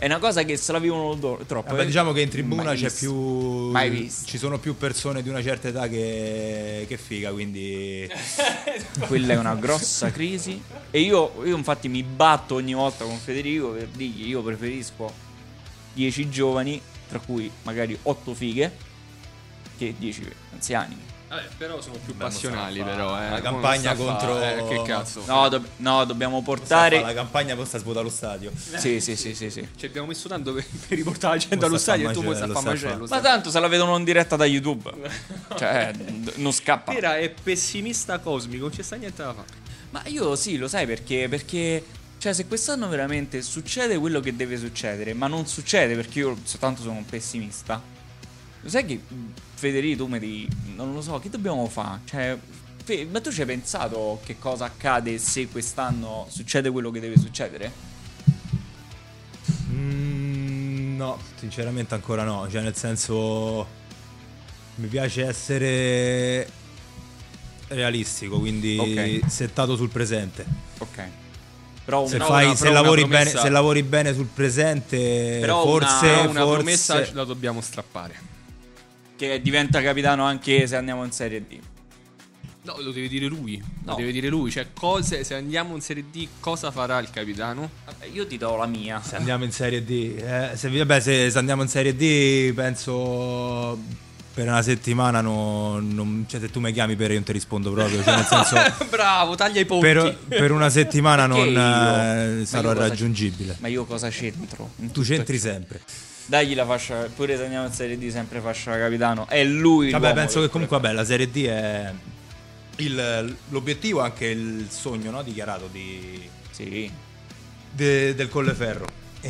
È una cosa che se la vivono troppo. Vabbè, diciamo che in tribuna Mai c'è visto. più. Mai visto. Ci sono più persone di una certa età che figa, quindi. Quella è una grossa crisi. E io infatti mi batto ogni volta con Federico per dirgli: io preferisco 10 giovani, tra cui magari 8 fighe, che 10 anziani. Vabbè, però sono più Beh, passionali, non sta a fa- però. la campagna Non sta a contro- fa- che cazzo. No, dobbiamo portare. La campagna posta a svuotare lo stadio. Sì. Ci abbiamo messo tanto per riportare la gente Mo allo sta a stadio e tu macello, puoi sta a sta fare a fa. macello. Ma tanto se la vedono in diretta da YouTube. Cioè, non scappa. Pera è pessimista cosmico, non c'è sta niente da fare. Ma io sì, lo sai perché? Perché, cioè, se quest'anno veramente succede quello che deve succedere, ma non succede perché io soltanto sono un pessimista. Lo sai che, Federico, tu mi dici, non lo so, che dobbiamo fare? Cioè, ma tu ci hai pensato che cosa accade se quest'anno succede quello che deve succedere? No, sinceramente ancora no. Cioè, nel senso, mi piace essere realistico, quindi Ok. settato sul presente. Ok. Però Se, una, fai, se, una lavori promessa- bene, se lavori bene sul presente, Però forse, Una forse promessa la dobbiamo strappare. che diventa capitano anche se andiamo in Serie D. No, lo deve dire lui. No. Lo deve dire lui. Cioè, se andiamo in Serie D, cosa farà il capitano? Vabbè, io ti do la mia. se andiamo in Serie D, se andiamo in Serie D, penso per una settimana cioè, se tu mi chiami per io non ti rispondo proprio, cioè, nel senso Bravo, taglia i ponti. per una settimana Perché non io? sarò Ma io cosa- raggiungibile. Ma io cosa c'entro? in Tu tutto c'entri ciò? sempre. Dagli la fascia, pure se andiamo in Serie D sempre fascia da capitano. È lui Vabbè, l'uomo penso che comunque vabbè, la Serie D è l'obiettivo, anche il sogno, no, dichiarato Sì. del Colleferro.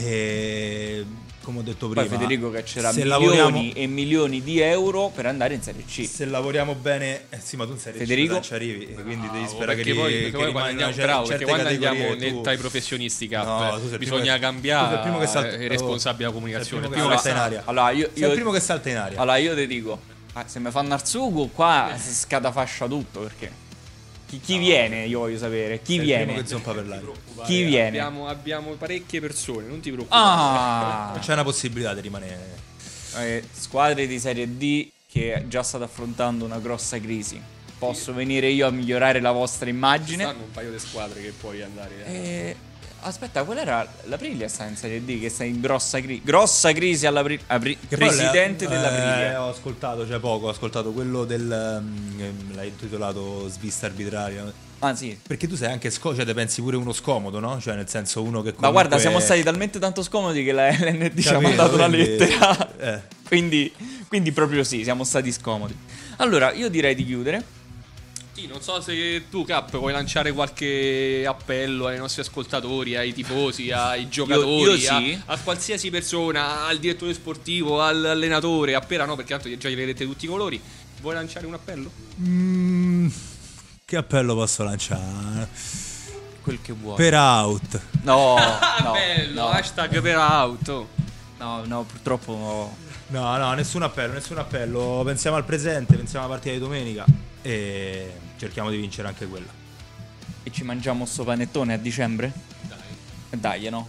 E come ho detto prima, Poi Federico che c'era se milioni lavoriamo- e milioni di euro per andare in Serie C. se lavoriamo bene, sì, ma tu in Serie Federico? C non ci arrivi, e quindi devi Bravo, sperare perché che poi, che perché poi quando rimani in andiamo, una bravo, perché certe quando andiamo categorie tu- tra i professionisti No, tu sei il primo bisogna che- cambiare tu sei il primo che salta- il responsabile della comunicazione. sei il primo che salta in aria. Allora, sei il primo che salta in aria. Allora io ti dico, se mi fanno Arzugu qua si scada fascia tutto perché chi viene, io voglio sapere, chi Sei il primo viene? che zompa per l'aria. Chi viene? Abbiamo parecchie persone, non ti preoccupare. Ah! C'è una possibilità di rimanere. Squadre di Serie D che già state affrontando una grossa crisi. Posso venire io a migliorare la vostra immagine? Stanno un paio di squadre che puoi andare. Aspetta, qual era l'Aprilia sta in Serie D che sta in grossa crisi? Grossa crisi Che poi presidente dell'Aprilia. Ho ascoltato, cioè poco, ho ascoltato quello del l'hai intitolato svista arbitraria. Ah sì. Perché tu sei anche cioè te pensi pure uno scomodo, no? Cioè nel senso uno che Ma guarda, comunque- siamo stati talmente tanto scomodi che la LND ci ha Capito, mandato una quindi- lettera. Quindi proprio sì, siamo stati scomodi. Allora, io direi di chiudere. Sì, non so se tu, Cap, vuoi lanciare qualche appello ai nostri ascoltatori, ai tifosi, ai giocatori, io sì. a qualsiasi persona, al direttore sportivo, all'allenatore, a Pera no, perché tanto già gli vedete tutti i colori. Vuoi lanciare un appello? Che appello posso lanciare? Quel che vuoi. Per out. No, Ah, no, bello, no, hashtag per auto. no, purtroppo no. No, nessun appello. Pensiamo al presente, pensiamo alla partita di domenica e cerchiamo di vincere anche quella. E ci mangiamo sto panettone a dicembre? Dai, no?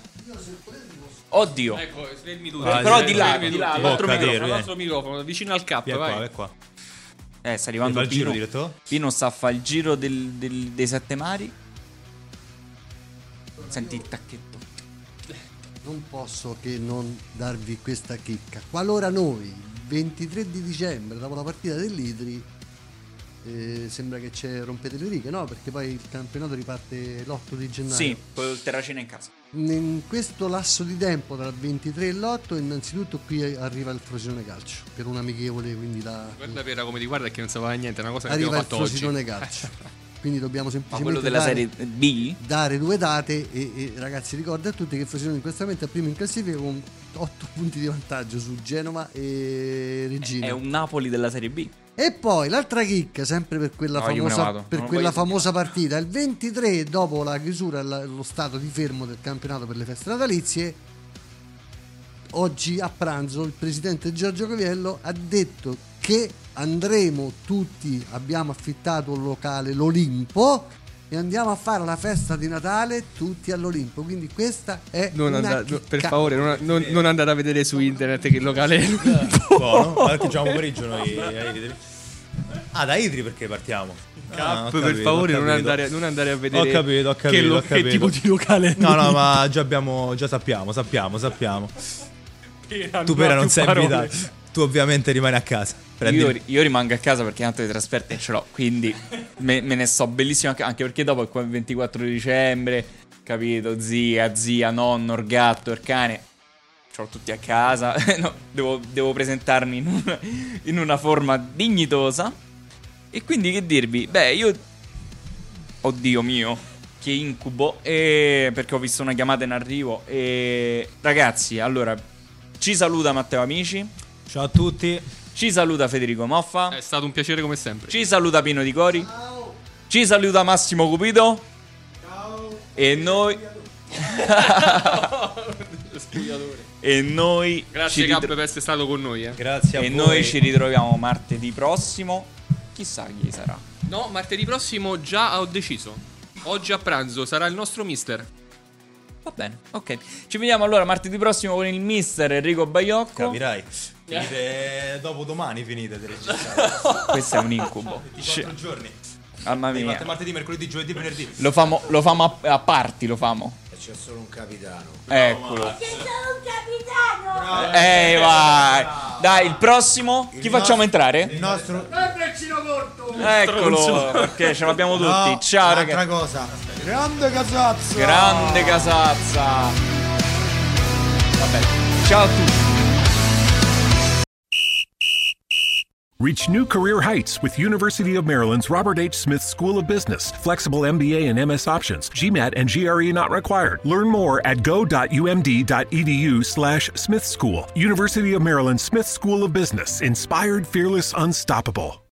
Oddio. Ecco, fermi tu. Vai, Però sì, di là, sì, di là, sì. l'altro Bocca, microfono. vieni. L'altro microfono, vicino al cap, Vieni qua, vai. vai qua. Sta arrivando Fai il giro, Pino. direttore? Pino sta a fare il giro dei sette mari. Senti il tacchetto. Non posso che non darvi questa chicca. Qualora noi, il 23 di dicembre, dopo la partita dell'Idri, sembra che c'è rompete le righe, no? Perché poi il campionato riparte l'8 di gennaio. Sì, col terracina in casa. In questo lasso di tempo tra il 23 e l'8, innanzitutto qui arriva il Frosinone Calcio per un amichevole, quindi Guarda Pera come ti guarda che non sapeva niente, è una cosa che arriva abbiamo il fatto oggi. Eh, Frosinone Calcio. Quindi dobbiamo Ma semplicemente quello della serie B? dare due date e ragazzi, ricordo a tutti che Frosinone in questo momento è primo in classifica con 8 punti di vantaggio su Genova e Regina. È un Napoli della serie B. E poi l'altra chicca, sempre per quella No, io me ne famosa, vado. per Non quella voglio famosa partita, il 23 dopo la chiusura, lo stato di fermo del campionato per le feste natalizie, oggi a pranzo il presidente Giorgio Coviello ha detto che andremo tutti, abbiamo affittato un locale, l'Olimpo, e andiamo a fare la festa di Natale tutti all'Olimpo. Quindi questa è per favore, non andate a vedere su internet che il locale è Buono, anche giochiamo pomeriggio noi a Idri. Da Idri perché partiamo? per favore non andare a vedere Ho capito. che tipo di locale è. No, ma già sappiamo. Tu Pera non sei invitato. Tu ovviamente rimani a casa. Io rimango a casa perché tanto di trasferte ce l'ho, quindi me ne sto bellissimo, anche perché dopo è qua il 24 di dicembre, capito? Zia, nonno, il gatto, il cane, ce l'ho tutti a casa. No, devo presentarmi in una forma dignitosa. E quindi che dirvi? Beh, io... Oddio mio, che incubo, perché ho visto una chiamata in arrivo. Ragazzi, allora, ci saluta Matteo Amici. Ciao a tutti. Ci saluta Federico Moffa. È stato un piacere come sempre. Ci saluta Pino Di Cori. Ciao. Ci saluta Massimo Cupido. Ciao. E noi E noi grazie Gab per essere stato con noi, Grazie a voi. E noi ci ritroviamo martedì prossimo. Chissà chi sarà. No, martedì prossimo già ho deciso. Oggi a pranzo sarà il nostro mister. Va bene, ok. Ci vediamo allora martedì prossimo con il mister Enrico Baiocco. Capirai. Finite dopo domani finite di registrare. Questo è un incubo. 24 giorni. Mamma mia. Martedì, mercoledì, giovedì, venerdì. Lo famo a parti, lo famo. E c'è solo un capitano. Eccolo. C'è solo un capitano. Vai. Dai, il prossimo. Chi facciamo entrare? Il nostro Eccolo. Perché ce l'abbiamo tutti. Ciao ragazzi. Altra cosa. Grande Casazza. Grande Casazza. Vabbè. Ciao a tutti. Reach new career heights with University of Maryland's Robert H. Smith School of Business. Flexible MBA and MS options. GMAT and GRE not required. Learn more at go.umd.edu/Smith School. University of Maryland Smith School of Business. Inspired, fearless, unstoppable.